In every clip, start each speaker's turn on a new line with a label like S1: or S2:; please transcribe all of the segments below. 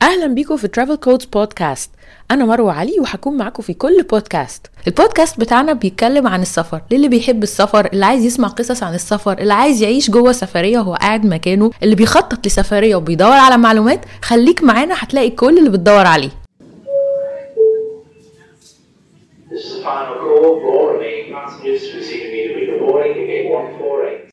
S1: أهلا بيكم في Travel Codes Podcast. أنا مروة علي وهكون معاكم في كل بودكاست. البودكاست بتاعنا بيتكلم عن السفر، للي بيحب السفر، اللي عايز يسمع قصص عن السفر، اللي عايز يعيش جوه سفرية وهو قاعد مكانه، اللي بيخطط لسفرية وبيدور على معلومات. خليك معانا هتلاقي كل اللي بتدور عليه.
S2: This is the final call for remaining passengers to receive immediately boarding gate 148.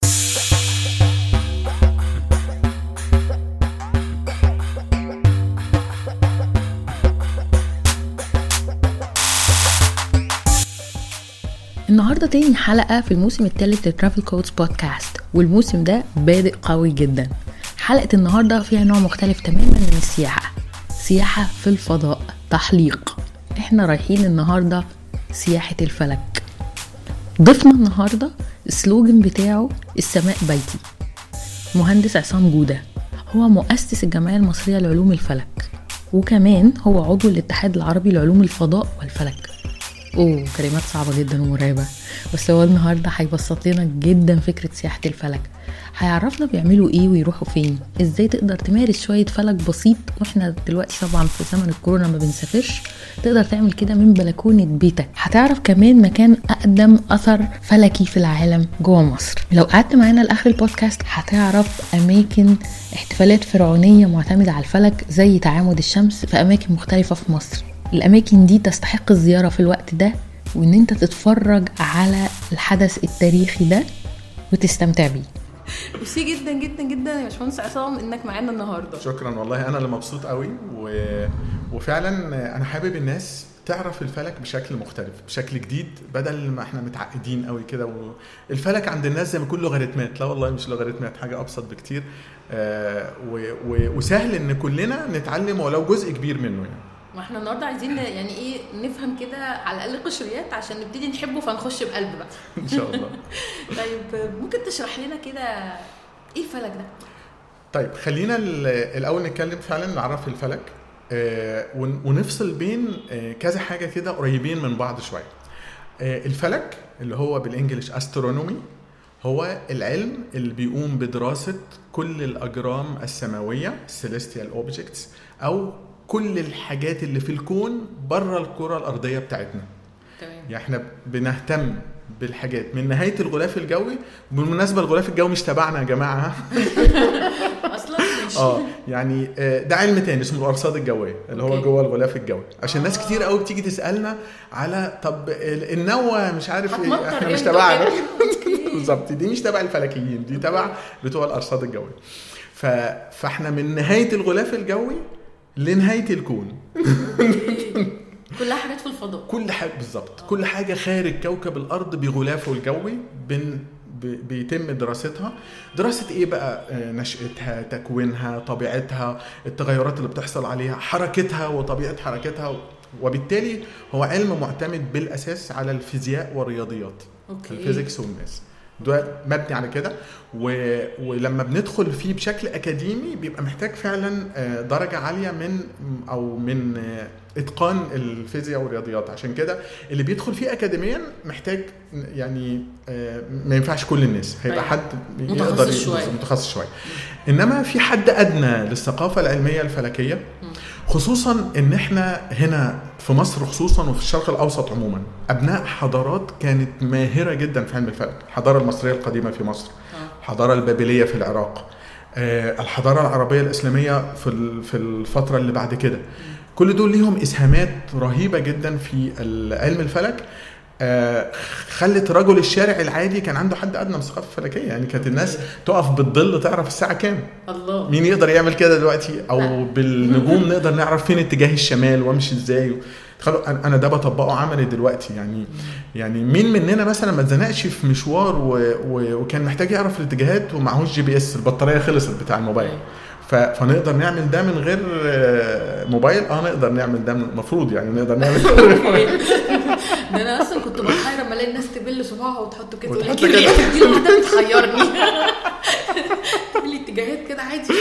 S1: النهاردة تاني حلقة في الموسم الثالث لترافل كودز بودكاست، والموسم ده بادئ قوي جدا. حلقة النهاردة فيها نوع مختلف تماما من السياحة، سياحة في الفضاء، تحليق. احنا رايحين النهاردة سياحة الفلك. ضيفنا النهاردة السلوجن بتاعه السماء بيتي. مهندس عصام جودة، هو مؤسس الجمعية المصرية لعلوم الفلك، وكمان هو عضو الاتحاد العربي لعلوم الفضاء والفلك. كلمات صعبة جدا ومرعبة، بس هو النهاردة هيبسط لنا جدا فكرة سياحة الفلك. هيعرفنا بيعملوا ايه ويروحوا فين، ازاي تقدر تمارس شوية فلك بسيط، واحنا دلوقتي طبعا في زمن الكورونا ما بنسافرش، تقدر تعمل كده من بلكونة بيتك. هتعرف كمان مكان اقدم اثر فلكي في العالم جوه مصر. لو قعدت معانا لاخر البودكاست هتعرف اماكن احتفالات فرعونية معتمدة على الفلك زي تعامد الشمس في اماكن مختلفة في مصر. الأماكن دي تستحق الزيارة في الوقت ده، وإن أنت تتفرج على الحدث التاريخي ده وتستمتع بيه. ميرسي جدا جدا جدا يا باشمهندس عصام إنك معانا النهاردة.
S3: شكرا والله، أنا اللي مبسوط قوي وفعلا أنا حابب الناس تعرف الفلك بشكل مختلف، بشكل جديد، بدل ما احنا متعقدين قوي كده. الفلك عند الناس زي ما يكون لوغاريتمات. لا والله مش لوغاريتمات، حاجة أبسط بكتير، وسهل إن كلنا نتعلم ولو جزء كبير منه يعني.
S1: ما احنا النهارده عايزين يعني ايه نفهم كده على الاقل قشريات عشان نبتدي نحبه، فنخش بقلب بقى
S3: ان شاء الله.
S1: طيب ممكن تشرح لنا كده ايه الفلك ده؟
S3: طيب خلينا الاول نتكلم فعلا، نعرف الفلك ونفصل بين كذا حاجه كده قريبين من بعض شويه. الفلك اللي هو بالانجليش استرونومي هو العلم اللي بيقوم بدراسه كل الاجرام السماويه celestial objects، او كل الحاجات اللي في الكون بره الكرة الأرضية بتاعتنا.
S1: تمام.
S3: يعني احنا بنهتم بالحاجات من نهاية الغلاف الجوي. بالمناسبة الغلاف الجوي مش تبعنا يا جماعة
S1: أصلا
S3: يعني ده علم تاني اسمه الأرصاد الجوية اللي هو جوه الغلاف الجوي. عشان ناس كتير قوي بتيجي تسألنا على طب النوة مش عارف ايه، احنا مش تبعنا بالظبط، دي مش تبع الفلكيين، دي تبع بتوع الأرصاد الجوي. فاحنا من نهاية الغلاف الجوي لنهاية الكون
S1: كل حاجات في الفضاء،
S3: كل حاجة بالظبط. كل حاجة خارج كوكب الأرض بغلافه الجوي بيتم دراستها. دراسة ايه بقى؟ نشأتها، تكوينها، طبيعتها، التغيرات اللي بتحصل عليها، حركتها وطبيعة حركتها. وبالتالي هو علم معتمد بالأساس على الفيزياء والرياضيات. الفيزيكس والماس ده مبني على كده. ولما بندخل فيه بشكل أكاديمي بيبقى محتاج فعلا درجة عالية من إتقان الفيزياء والرياضيات. عشان كده اللي بيدخل فيه أكاديميا محتاج يعني ما ينفعش كل الناس، هيبقى حد يقدر متخصص شوية. إنما في حد أدنى للثقافة العلمية الفلكية، خصوصا إن إحنا هنا في مصر خصوصا وفي الشرق الأوسط عموما أبناء حضارات كانت ماهرة جدا في علم الفلك. الحضارة المصرية القديمة في مصر، الحضارة البابلية في العراق، الحضارة العربية الإسلامية في الفترة اللي بعد كده. كل دول ليهم إسهامات رهيبة جدا في علم الفلك. خلت رجل الشارع العادي كان عنده حد أدنى من الثقافة الفلكية. يعني كانت الناس تقف بالظل تعرف الساعة كام.
S1: الله،
S3: مين يقدر يعمل كده دلوقتي؟ أو بالنجوم نقدر نعرف فين اتجاه الشمال وامشي ازاي. انا ده بطبقه عملي دلوقتي. يعني مين مننا مثلا ما اتزنقش في مشوار وكان محتاج يعرف الاتجاهات ومعهوش GPS، البطاريه خلصت بتاع الموبايل، فنقدر نعمل ده من غير موبايل. نقدر نعمل ده، المفروض يعني نقدر نعمل ده
S1: انا اصلا كنت بتحير لما الاقي الناس تبل صباعها وتحط كده دي واحده بتحيرني تبلي اتجاهات كده عادي.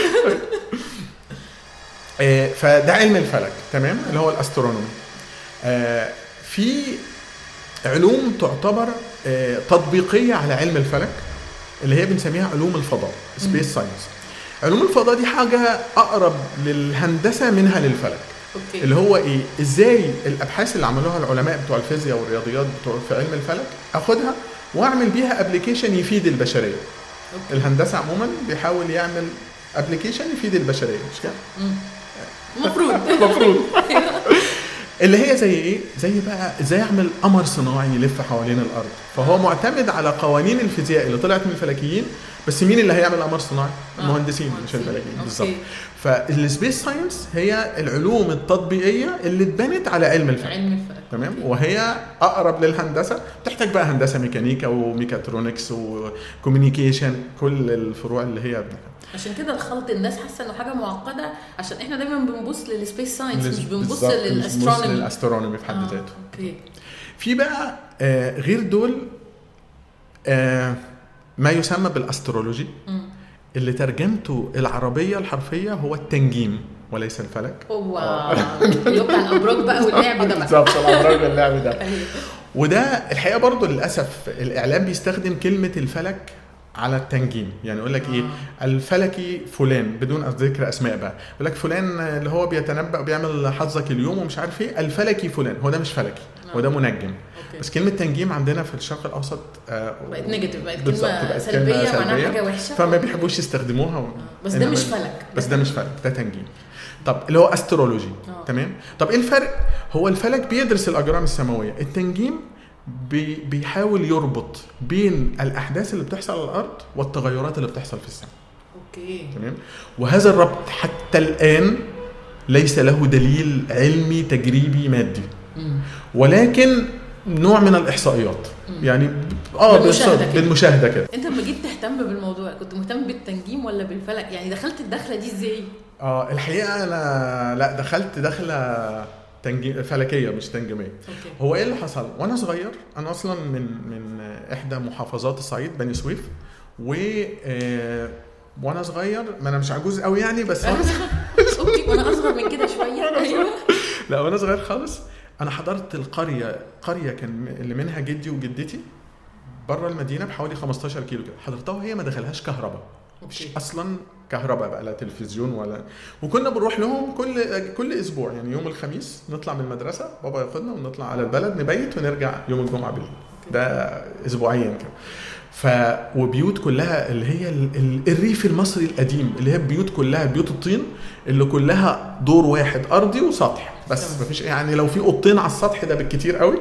S3: فده علم الفلك، تمام، اللي هو الاسترونومي. في علوم تعتبر تطبيقية على علم الفلك اللي هي بنسميها علوم الفضاء، سبيس ساينس. علوم الفضاء دي حاجه اقرب للهندسه منها للفلك.
S1: اوكي.
S3: اللي هو ايه، ازاي الابحاث اللي عملوها العلماء بتوع الفيزياء والرياضيات بتوع في علم الفلك اخدها واعمل بيها ابلكيشن يفيد البشريه.
S1: أوكي.
S3: الهندسه عموما بيحاول يعمل ابلكيشن يفيد البشريه، مش كده؟
S1: المفروض
S3: اللي هي زي ايه، زي بقى ازاي اعمل قمر صناعي يلف حوالين الارض. فهو معتمد على قوانين الفيزياء اللي طلعت من الفلكيين، بس مين اللي هيعمل قمر صناعي؟ المهندسين مش الفلكيين. بالظبط. فالسبيس ساينس هي العلوم التطبيقيه اللي اتبنت على علم الفلك. تمام. وهي اقرب للهندسه، تحتاج بقى هندسه ميكانيكا وميكاترونكس وكوميونيكيشن، كل الفروع اللي هي
S1: عشان كده الخلط الناس حاسه انه حاجه معقده، عشان احنا دايما بنبص للسبيس ساينس مش بنبص
S3: للاسترونومي في حد ذاته.
S1: اوكي.
S3: في بقى غير دول ما يسمى بالاسترولوجي، اللي ترجمته العربيه الحرفيه هو التنجيم وليس الفلك.
S1: اللي بتاع الابراج بقى واللعب ده.
S3: بالظبط، الابراج واللعب ده. وده الحقيقه برضو للاسف الاعلام بيستخدم كلمه الفلك على التنجيم. يعني يقول لك ايه، الفلكي فلان بدون ذكر اسماء بقى، يقول لك فلان اللي هو بيتنبأ وبيعمل حظك اليوم ومش عارف ايه، الفلكي فلان. هو ده مش فلكي، هو ده منجم. بس كلمه تنجيم عندنا في الشرق الاوسط
S1: بقت نيجاتيف، بقت كلمه سلبيه معناها حاجه وحشه،
S3: فما بيحبوش يستخدموها.
S1: بس ده مش فلك،
S3: بس ده مش فلك، ده تنجيم. طب اللي هو استرولوجي. تمام. طب ايه الفرق؟ هو الفلك بيدرس الاجرام السماويه، التنجيم بيحاول يربط بين الاحداث اللي بتحصل على الارض والتغيرات اللي بتحصل في السماء.
S1: اوكي.
S3: تمام. وهذا الربط حتى الان ليس له دليل علمي تجريبي مادي، ولكن نوع من الاحصائيات. يعني بالمشاهده كده.
S1: انت لما جيت تهتم بالموضوع كنت مهتم بالتنجيم ولا بالفلك؟ يعني دخلت الدخله دي ازاي؟
S3: الحقيقه انا لا، دخلت دخله فلكيه مش تنجيميه. هو ايه اللي حصل وانا صغير؟ انا اصلا من احدى محافظات الصعيد، بني سويف. وانا صغير، ما انا مش عجوز قوي يعني، بس
S1: اوكي، وانا اصغر من كده شويه. ايوه.
S3: لا، وانا صغير خالص انا حضرت قريه كان اللي منها جدي وجدتي بره المدينه بحوالي 15 كيلو كده، حضرتها وهي ما دخلهاش كهرباء. مش اصلا كهرباء بقى، لا تلفزيون ولا. وكنا بنروح لهم كل اسبوع، يعني يوم الخميس نطلع من المدرسه، بابا ياخدنا ونطلع على البلد نبيت ونرجع يوم الجمعه بالليل. ده اسبوعيا كده. وبيوت كلها اللي هي الريف المصري القديم، اللي هي البيوت كلها بيوت الطين اللي كلها دور واحد ارضي وسطح بس، مفيش يعني لو في اوضتين على السطح ده بالكتير قوي.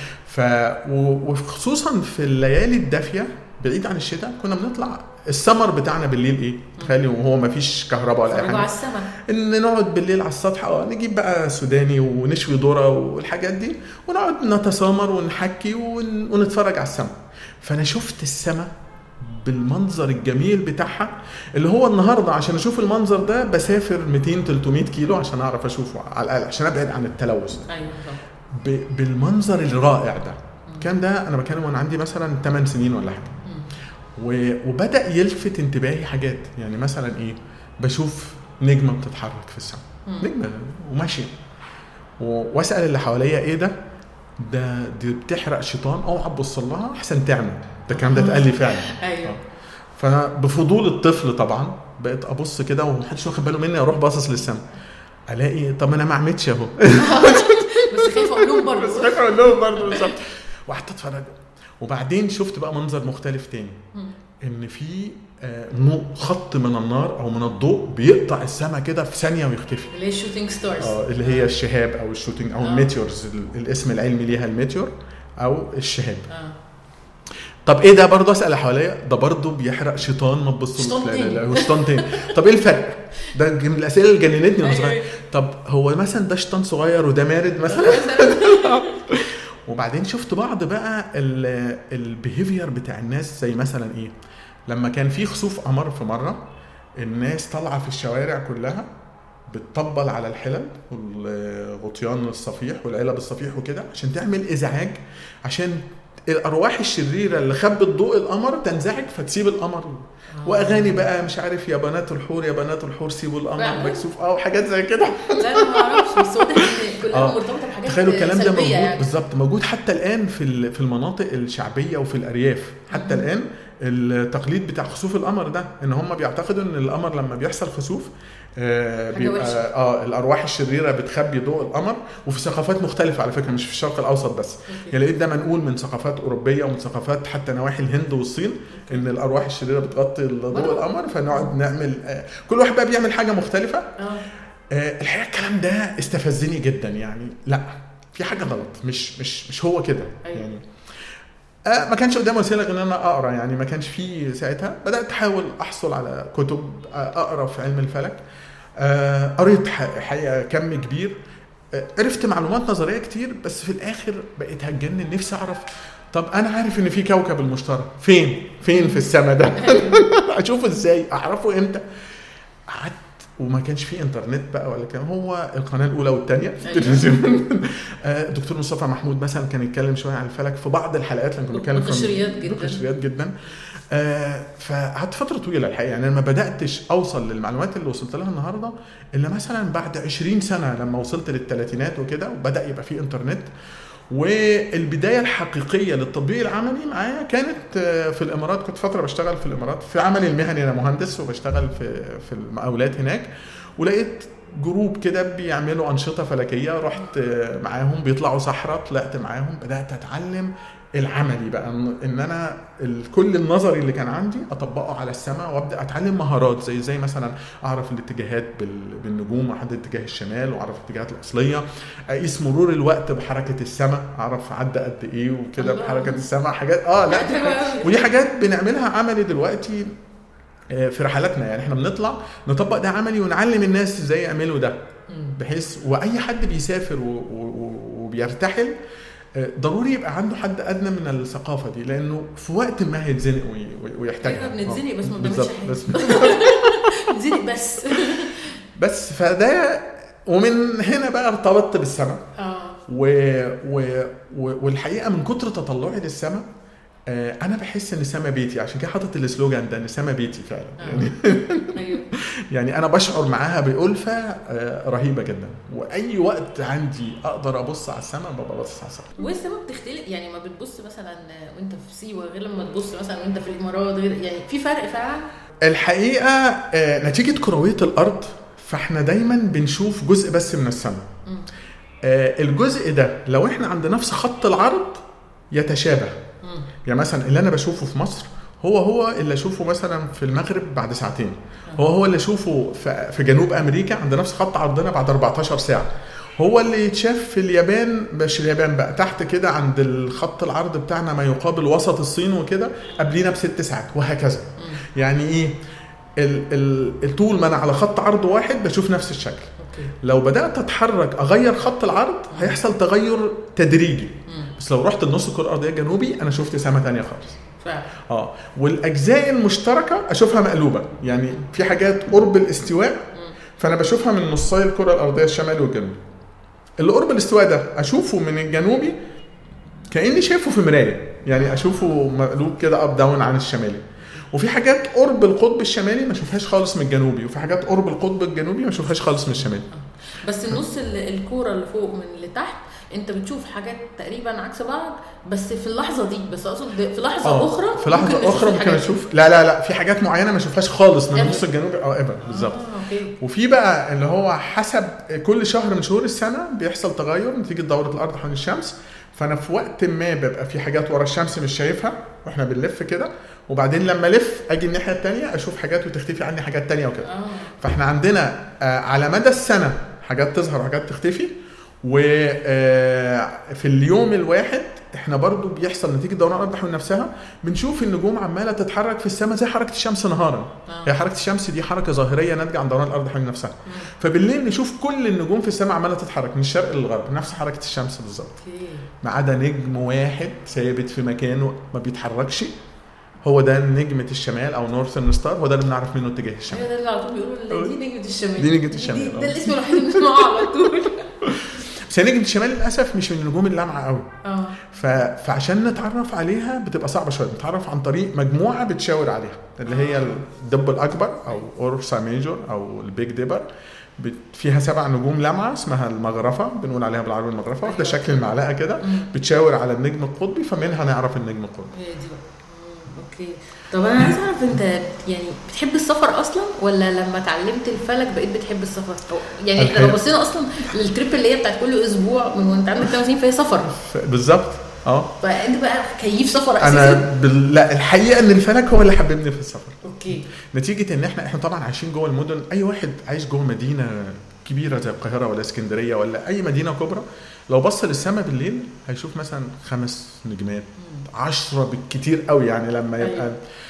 S3: وخصوصا في الليالي الدافيه بعيد عن الشتاء كنا بنطلع السمر بتاعنا بالليل. ايه تخيلي وهو مفيش كهرباء ولا اي حاجه، ان نقعد بالليل على السطح، نجيب بقى سوداني ونشوي ذره والحاجات دي، ونقعد نتسامر ونحكي ونتفرج على السماء. فانا شفت السماء بالمنظر الجميل بتاعها، اللي هو النهارده عشان اشوف المنظر ده بسافر 200-300 كيلو عشان اعرف اشوفه على الاقل، عشان ابعد عن التلوث.
S1: ايوه.
S3: بالمنظر الرائع ده. كان ده انا بكلم وانا عندي مثلا 8 سنين ولا حاجه. وبدأ يلفت انتباهي حاجات، يعني مثلا ايه، بشوف نجمة بتتحرك في السماء، نجمة وماشية، واسأل اللي حواليا ايه ده دي بتحرق شيطان، اوعى تبص لها احسن تعمل ده. الكلام ده اتقال لي فعلا.
S1: ايوه.
S3: فبفضول الطفل طبعا بقيت ابص كده ومحدش واخد باله مني، اروح باصص للسماء الاقي طب انا ما عملتش اهو.
S1: بس خايف اقول لهم برضه.
S3: بالظبط. وقعدت اتفرج. وبعدين شفت بقى منظر مختلف تاني، ان في خط من النار او من الضوء بيقطع السماء كده في ثانيه ويختفي،
S1: اللي هي الشوتينج ستارز.
S3: اللي هي الشهاب او الشوتينج او الميتيورز، الاسم العلمي ليها الميتيور او الشهاب. طب ايه ده؟ برضه اسال حواليا، ده برضه بيحرق شيطان، ما تبصوش. لا شيطان تاني. طب ايه الفرق؟ ده من الاسئله اللي جننتني وانا صغير. طب هو مثلا ده شيطان صغير وده مارد مثلا؟ وبعدين شفت بعض بقى البيهيفير بتاع الناس، زي مثلا ايه، لما كان في خسوف قمر في مره، الناس طالعه في الشوارع كلها بتطبل على الحلل والغطيان الصفيح والعلب الصفيح وكده عشان تعمل ازعاج، عشان الارواح الشريره اللي خبت ضوء القمر تنزعج فتسيب القمر. واغاني بقى مش عارف يا بنات الحور يا بنات الحور سيبوا القمر مكسوف وحاجات زي كده.
S1: لا انا ما اعرفش، بس هو ده كلها مرتبطه بحاجات.
S3: تخيلوا الكلام ده موجود
S1: يعني.
S3: بالظبط، موجود حتى الان في المناطق الشعبيه وفي الارياف حتى الان. التقليد بتاع خسوف القمر ده، ان هم بيعتقدوا ان القمر لما بيحصل خسوف بيبقى الارواح الشريره بتخبي ضوء القمر. وفي ثقافات مختلفه على فكره، مش في الشرق الاوسط بس. يعني لقيت ده منقول من ثقافات اوروبيه ومن ثقافات حتى نواحي الهند والصين، ان الارواح الشريره بتغطي ضوء القمر، فنقعد نعمل كل واحد بقى بيعمل حاجه مختلفه. الحقيقه الكلام ده استفزني جدا، يعني لا، في حاجه غلط، مش هو كده. يعني ما كانش قدامي وسيله غير ان انا اقرا، يعني ما كانش في ساعتها. بدات احاول احصل على كتب اقرا في علم الفلك. قريت حقيقه كم كبير، عرفت معلومات نظريه كتير، بس في الاخر بقيت هتجنن نفسي اعرف، طب انا عارف ان في كوكب المشتري فين في السماء ده اشوفه ازاي، اعرفه امتى؟ قعدت وما كانش فيه انترنت بقى ولا كان، هو القناه الاولى والثانيه في التلفزيون. دكتور مصطفى محمود مثلا كان يتكلم شويه عن الفلك في بعض الحلقات لما كنا بنتكلم في قشريات جدا. فقعدت فتره طويله الحقيقه، يعني انا ما بداتش اوصل للمعلومات اللي وصلت لها النهارده الا مثلا بعد 20 سنه، لما وصلت للثلاثينات وكده وبدا يبقى فيه انترنت. والبدايه الحقيقيه للتطبيق العملي معايا كانت في الامارات. كنت فتره بشتغل في الامارات في عملي المهني، انا مهندس وبشتغل في المقاولات هناك، ولقيت جروب كده بيعملوا انشطه فلكيه، رحت معاهم بيطلعوا صحراء، طلعت معاهم، بدات اتعلم العملي بقى، ان انا كل النظري اللي كان عندي اطبقه على السماء، وابدا اتعلم مهارات زي مثلا اعرف الاتجاهات بالنجوم، واحدد اتجاه الشمال، واعرف الاتجاهات الاصليه، اقيس مرور الوقت بحركه السماء، اعرف عدى قد ايه وكده بحركه السماء. حاجات لا ودي حاجات بنعملها عملي دلوقتي في رحلاتنا. يعني احنا بنطلع نطبق ده عملي ونعلم الناس ازاي يعملوا ده، بحيث واي حد بيسافر وبيرتحل ضروري يبقى عنده حد ادنى من الثقافه دي، لانه في وقت ما هيتزنق ويحتاجها.
S4: بنتزنق بس ما بنعملش حاجه، بنتزنق بس
S3: فده. ومن هنا بقى ارتبطت بالسماء. والحقيقه من كتر تطلعي للسماء انا بحس ان السما بيتي، عشان كده حاطط السلوجان ده، ان السما بيتي فعلا. يعني يعني انا بشعر معاها بألفة رهيبه جدا، واي وقت عندي اقدر ابص على السما ببص على السما.
S4: والسما بتختلف، يعني ما بتبص مثلا وانت في سيوه غير لما تبص مثلا وانت في الامارات، غير يعني في فرق فعلا.
S3: الحقيقه نتيجه كرويه الارض، فاحنا دايما بنشوف جزء بس من السما. الجزء ده لو احنا عند نفس خط العرض يتشابه. يعني مثلا اللي انا بشوفه في مصر هو اللي اشوفه مثلا في المغرب بعد ساعتين، هو اللي اشوفه في جنوب امريكا عند نفس خط عرضنا بعد 14 ساعه، هو اللي يتشاف في اليابان، مش اليابان بقى، تحت كده عند الخط العرض بتاعنا ما يقابل وسط الصين وكده قبلينا ب6 ساعات، وهكذا. يعني ايه، طول ما انا على خط عرض واحد بشوف نفس الشكل. لو بدأت اتحرك اغير خط العرض هيحصل تغير تدريجي، بس لو رحت النص الكرة الارضية الجنوبي انا شفت سما تانية خالص. والاجزاء المشتركة اشوفها مقلوبة، يعني في حاجات قرب الاستواء فانا بشوفها من نصي الكرة الارضية الشمالي والجنوبي. اللي قرب الاستواء ده اشوفه من الجنوبي كأني شايفه في مراية، يعني اشوفه مقلوب كده اب داون عن الشمالي. وفي حاجات قرب القطب الشمالي ما اشوفهاش خالص من الجنوبي، وفي حاجات قرب القطب الجنوبي ما اشوفهاش خالص من الشمالي.
S4: بس النص الكوره اللي فوق من اللي تحت انت بتشوف حاجات تقريبا عكس بعض، بس في اللحظه دي، بس اقصد في لحظه اخرى،
S3: في لحظه اخرى ممكن اشوف لا في حاجات معينه ما اشوفهاش خالص من النص الجنوبي بالظبط. وفي بقى اللي هو حسب كل شهر من شهور السنه بيحصل تغير نتيجه دوره الارض حول الشمس، فانا في وقت ما ببقى في حاجات ورا الشمس مش شايفها واحنا بنلف كده، وبعدين لما الف اجي الناحيه الثانيه اشوف حاجات وتختفي عني حاجات ثانيه وكده. فاحنا عندنا على مدى السنه حاجات تظهر وحاجات تختفي، وفي اليوم الواحد احنا برضو بيحصل نتيجه دوران الارض حول نفسها بنشوف النجوم عماله تتحرك في السماء زي حركه الشمس نهارا. هي حركه الشمس دي حركه ظاهريه ناتجه عن دوران الارض حول نفسها. فبالليل نشوف كل النجوم في السماء عماله تتحرك من الشرق للغرب نفس حركه الشمس بالظبط، ما عدا نجم واحد ثابت في مكانه ما بيتحركش، هو ده نجمه الشمال او نورثرن ستار، هو ده اللي بنعرف منه اتجاه الشمال.
S4: ده اللي على طول بيقولوا دي نجمه الشمال،
S3: دي نجمه الشمال،
S4: ده الاسم الوحيد اللي بنسمعه على طول.
S3: بس نجمه الشمال للاسف مش من النجوم اللامعه قوي. فعشان نتعرف عليها بتبقى صعبه شويه، نتعرف عن طريق مجموعه بتشاور عليها اللي هي الدب الاكبر او اورسا ميجور او البيج ديبر، فيها 7 نجوم لامعه اسمها المغرفه، بنقول عليها بالعربي المغرفه، واخده شكل المعلقه كده، بتشاور على النجم القطبي، فمنها نعرف النجم القطبي.
S4: اوكي. طب انا عايز اعرف انت يعني بتحب السفر اصلا ولا لما اتعلمت الفلك بقيت بتحب السفر؟ يعني احنا لو بصينا اصلا للتريب اللي هي بتاعت كل اسبوع من وانت عندك 8 سنين فهي سفر
S3: بالظبط.
S4: فانت بقى كيف سفر
S3: اساسا؟ لا الحقيقه ان الفلك هو اللي حببني في السفر.
S4: اوكي.
S3: نتيجه ان احنا طبعا عايشين جوه المدن، اي واحد عايش جوه مدينه كبيره زي القاهره ولا اسكندريه ولا اي مدينه كبرى، لو بص للسماء بالليل هيشوف مثلا 5 نجمات 10 بالكتير قوي، يعني لما يبقى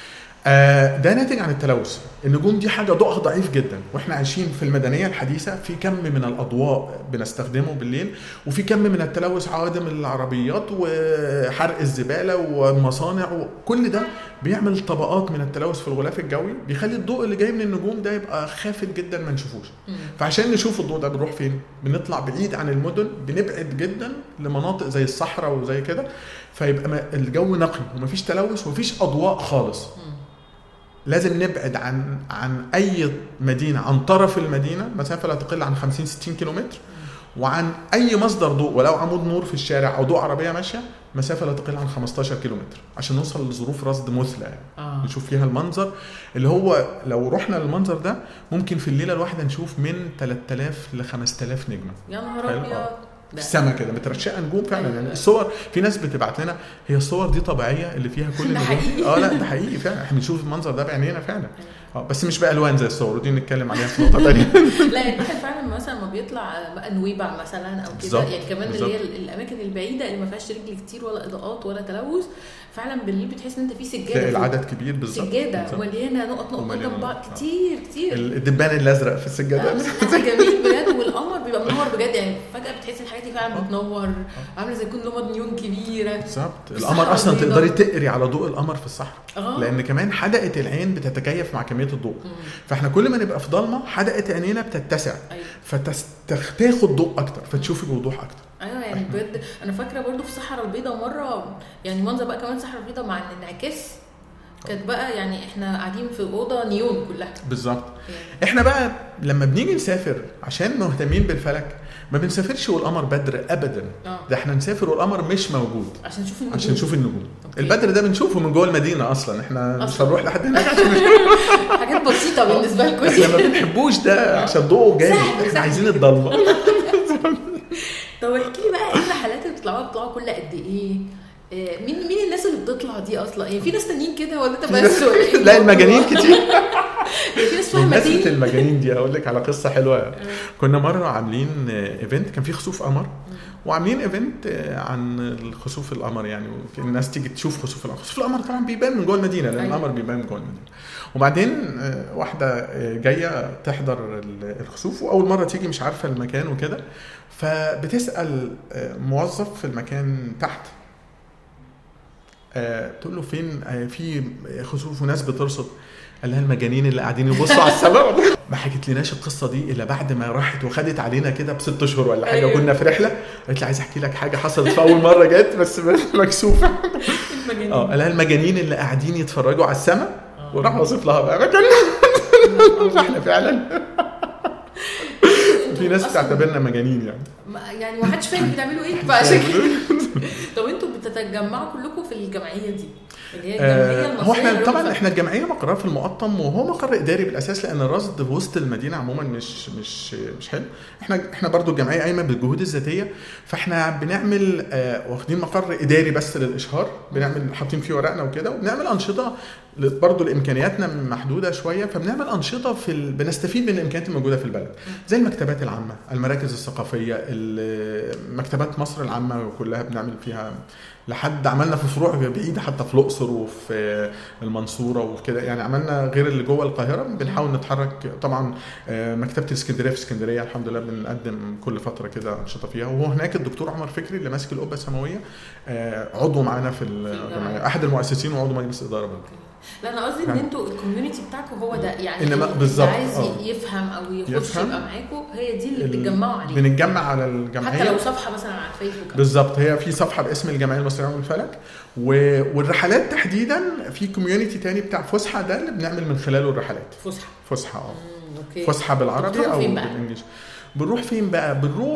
S3: ده ناتج عن التلوث. النجوم دي حاجه ضوءها ضعيف جدا، واحنا عايشين في المدنيه الحديثه في كم من الاضواء بنستخدمه بالليل، وفي كم من التلوث، عوادم العربيات وحرق الزباله والمصانع، وكل ده بيعمل طبقات من التلوث في الغلاف الجوي، بيخلي الضوء اللي جاي من النجوم ده يبقى خافت جدا ما نشوفوش. فعشان نشوف الضوء ده بنروح فين؟ بنطلع بعيد عن المدن، بنبعد جدا لمناطق زي الصحراء وزي كده، فيبقى الجو نقي ومفيش تلوث ومفيش اضواء خالص. لازم نبعد عن اي مدينه، عن طرف المدينه مسافه لا تقل عن 50-60 كيلومتر، وعن اي مصدر ضوء ولو عمود نور في الشارع او ضوء عربيه ماشيه مسافه لا تقل عن 15 كيلومتر، عشان نوصل لظروف رصد مثلى يعني. نشوف فيها المنظر اللي هو لو رحنا للمنظر ده ممكن في الليله الواحده نشوف من 3000 ل 5000 نجمه.
S4: يا نهار ابيض.
S3: في السماء كده مترشقه نجوم فعلا. يعني الصور في ناس بتبعت لنا هي الصور دي طبيعيه اللي فيها كل النجوم. لا ده حقيقي فعلا، احنا بنشوف المنظر ده بعينينا فعلا. بس مش بالوان زي الصور ودي نتكلم عليها في نقطه ثانيه.
S4: لا الواحد فعلا مثلا ما بيطلع بقى نويبع مثلا او كده يعني كمان بالزبط. اللي هي الاماكن البعيده اللي ما فيهاش رجل كتير ولا اضاءات ولا تلوث، فعلا بالليل بتحس ان انت في سجاده،
S3: العدد كبير بالظبط،
S4: سجاده مليانه نقط قدام بعض كتير
S3: الدبان الازرق في السجاده
S4: جميل بجد، والقمر بيبقى منور بجد، يعني فجاه بتحس الحاجات دي فعلا بتنور عامله زي يكون لمض نيون كبيره
S3: بالظبط. القمر اصلا تقدري تقري على ضوء القمر في الصحراء، لان كمان حدقه العين بتتكيف مع كميه الضوء. فاحنا كل ما نبقى في ضلمه حدقه عينينا بتتسع، فتاخد ضوء اكتر فتشوفي بوضوح اكتر.
S4: ايوه يعني بجد انا فاكره برضو في الصحراء البيضاء مره، يعني منظر بقى كمان الصحراء البيضاء مع الانعكاس كانت بقى، يعني احنا قاعدين في اوضه نيون كلها
S3: بالظبط. يعني احنا بقى لما بنيجي نسافر عشان مهتمين بالفلك ما بنسافرش والقمر بدر ابدا. ده احنا نسافر والقمر مش موجود عشان نشوف النجوم. البدر ده بنشوفه من جوه المدينه اصلا، احنا مش هنروح لحد هناك عشان
S4: حاجات بسيطه بالنسبه لكم.
S3: احنا ما بنحبوش ده عشان ضوءه جامد، احنا عايزين الضلمه.
S4: طب احكي لي بقى ايه الرحلات اللي بتطلعوا كل قد ايه؟ مين الناس اللي بتطلع دي اصلا؟ يعني في ناس تانيين كده ولا انت بس؟
S3: لا المجانين كتير.
S4: في ناس فاهمه
S3: المجانين دي. اقول لك على قصه حلوه. كنا مره عاملين ايفنت كان فيه خسوف قمر، وعاملين ايفنت عن الخسوف القمر، يعني الناس تيجي تشوف خسوف القمر. خسوف القمر طبعا بيبان من جوه المدينه لان القمر بيبان من جوه المدينه. وبعدين واحده جايه تحضر الخسوف واول مره تيجي مش عارفه المكان وكده، فبتسال موظف في المكان تحت تقول له فين في خسوف وناس بترصد. قال لها المجانين اللي قاعدين يبصوا على السماء. ما حكيت لناش القصه دي الا بعد ما راحت وخدت علينا كده ب6 اشهر ولا حاجه. كنا في رحله قالت لي عايز احكي لك حاجه حصلت في اول مره جت بس مكسوفه. قال لها المجانين اللي قاعدين يتفرجوا على السماء، وراح وصف لها بقى مكان. احنا فعلا في ناس بتعتبرنا مجانين
S4: يعني ما حدش فاهم بتعملوا ايه فعشان كده. طب انتوا بتتجمعوا كلكم في الجمعيه دي اللي هي الجمعيه المصريه؟
S3: هو احنا طبعا احنا الجمعيه مقرها في المقطم، وهو مقر اداري بالاساس لان الرصد في وسط المدينه عموما مش حلو. احنا برضو الجمعيه قايمه بالجهود الذاتيه، فاحنا بنعمل واخدين مقر اداري بس للاشهار، بنعمل حاطين فيه ورقنا وكده، وبنعمل انشطه برضو لامكانياتنا محدوده شويه، فبنعمل انشطه بنستفيد من الامكانيات الموجوده في البلد زي المكتبات العامه، المراكز الثقافيه، مكتبات مصر العامه كلها بنعمل فيها، لحد عملنا في فروع بعيده حتى في الاقصر وفي المنصوره وكده، يعني عملنا غير اللي جوه القاهره بنحاول نتحرك. طبعا مكتبه الاسكندريه في اسكندريه الحمد لله بنقدم كل فتره كده انشطه فيها، وهو هناك الدكتور عمر فكري اللي ماسك القبه السماويه عضو معانا في الجمعيه، احد المؤسسين وعضو مجلس اداره برضه.
S4: لا انا قصدي ان انتوا الكوميونتي بتاعكم هو ده، يعني
S3: انما بالظبط
S4: عايز يفهم او يخش يبقى معاكم، هي دي اللي بتتجمعوا عليها.
S3: بنتجمع على الجمعيه
S4: حتى لو صفحه مثلا على الفيسبوك
S3: بالظبط، هي في صفحه باسم الجمعيه المصريه للفلك، والرحلات تحديدا في كوميونتي تاني بتاع فسحه، ده اللي بنعمل من خلاله الرحلات.
S4: فسحه
S3: اوكي. فسحه بالعربي او بالانجليزي. بنروح فين بقى؟ بنروح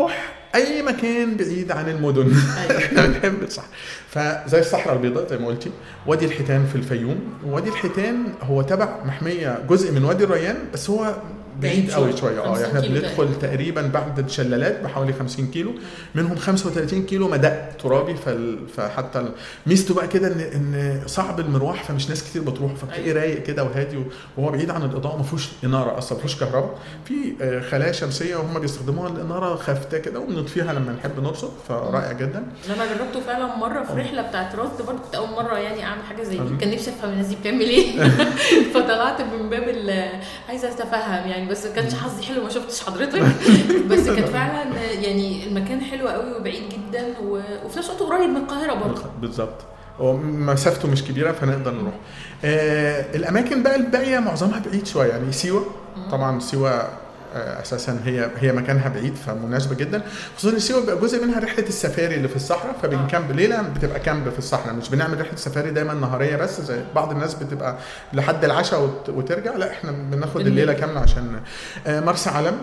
S3: اي مكان بعيد عن المدن. احنا بنحب الصحراء. فزي الصحراء البيضاء زي ما قلتي، وادي الحيتان في الفيوم. وادي الحيتان هو تبع محميه جزء من وادي الريان، بس هو بعيد قوي شويه. احنا بندخل تقريبا بعد الشلالات بحوالي 50 كيلو، منهم 35 كيلو مدق ترابي. فحتى ميزته بقى كده ان صعب المروح، فمش ناس كتير بتروح، فبتلاقي رايق كده وهادي، وهو بعيد عن الاضاءه، ما فيهوش اناره اصلا، ما فيهوش كهرباء. في خلايا شمسيه وهم بيستخدموها الاناره خافته كده، وبنطفيها لما نحب نرصد، فرائع جدا.
S4: انا جربته فعلا مره في رحله بتاعه رصد برضه، كنت اول مره يعني اعمل حاجه زي دي، كان نفسي افهم الناس دي بتعمل ايه. فطلعت من باب عايزه اتفهم يعني، بس كانش حظي حلو ما شفتش حضرتك. بس كان فعلا يعني المكان حلو قوي وبعيد جدا، وفي نفس الوقت قريب من القاهره برضه.
S3: بالظبط، ومسافته مش كبيره فنقدر نروح. الاماكن بقى الباقيه معظمها بعيد شويه، يعني سيوه طبعا. سيوه اساسا هي مكانها بعيد، فمناسبه جدا. خصوصا سيوه بيبقى جزء منها رحله السفاري اللي في الصحراء، فبنكامب ليله، بتبقى كامب في الصحراء، مش بنعمل رحله سفاري دايما نهاريه بس زي بعض الناس بتبقى لحد العشاء وترجع. لا، احنا بناخد الليله كامله عشان مرسى علم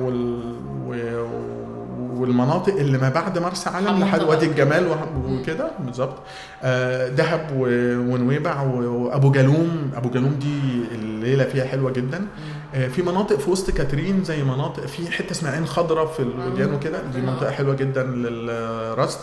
S3: والمناطق اللي ما بعد مرسى علم لحد وادي الجمال وكده بالظبط. دهب ونويبع وابو جالوم. ابو جالوم دي الليله فيها حلوه جدا. في مناطق في وسط كاترين، زي مناطق في حته اسمها عين خضراء في الوديان وكده، دي منطقه حلوه جدا للرصد.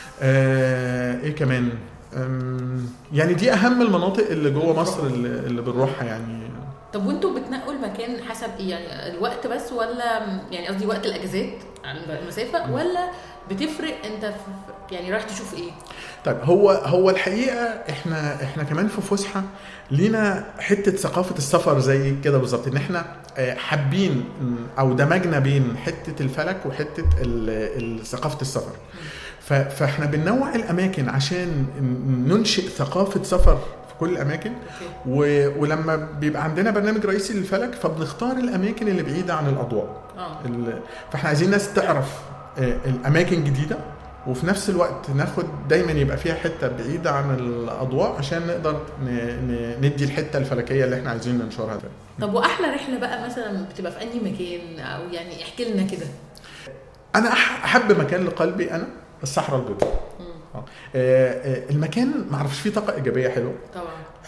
S3: ايه كمان، يعني دي اهم المناطق اللي جوه مصر اللي بنروحها يعني.
S4: طب وانتوا بتنقوا المكان حسب ايه يعني؟ الوقت بس، ولا يعني قصدي وقت الاجازات على المسافه، ولا بتفرق انت يعني رايح تشوف ايه؟
S3: طيب هو الحقيقه احنا كمان في فسحه لينا حته ثقافه السفر زي كده بالظبط، ان احنا حابين او دمجنا بين حته الفلك وحته ثقافه السفر. فاحنا بننوع الاماكن عشان ننشئ ثقافه سفر كل الاماكن. ولما بيبقى عندنا برنامج رئيسي للفلك، فبنختار الاماكن اللي بعيده عن الاضواء. فاحنا عايزين ناس تعرف الاماكن جديده، وفي نفس الوقت ناخد دايما يبقى فيها حته بعيده عن الاضواء عشان نقدر ندي الحته الفلكيه اللي احنا عايزين ننشرها.
S4: طب واحلى رحله بقى مثلا بتبقى في اي مكان، او يعني احكي لنا كده.
S3: انا احب مكان لقلبي انا الصحراء البيضاء. المكان ما اعرفش فيه طاقه ايجابيه حلوه
S4: طبعا.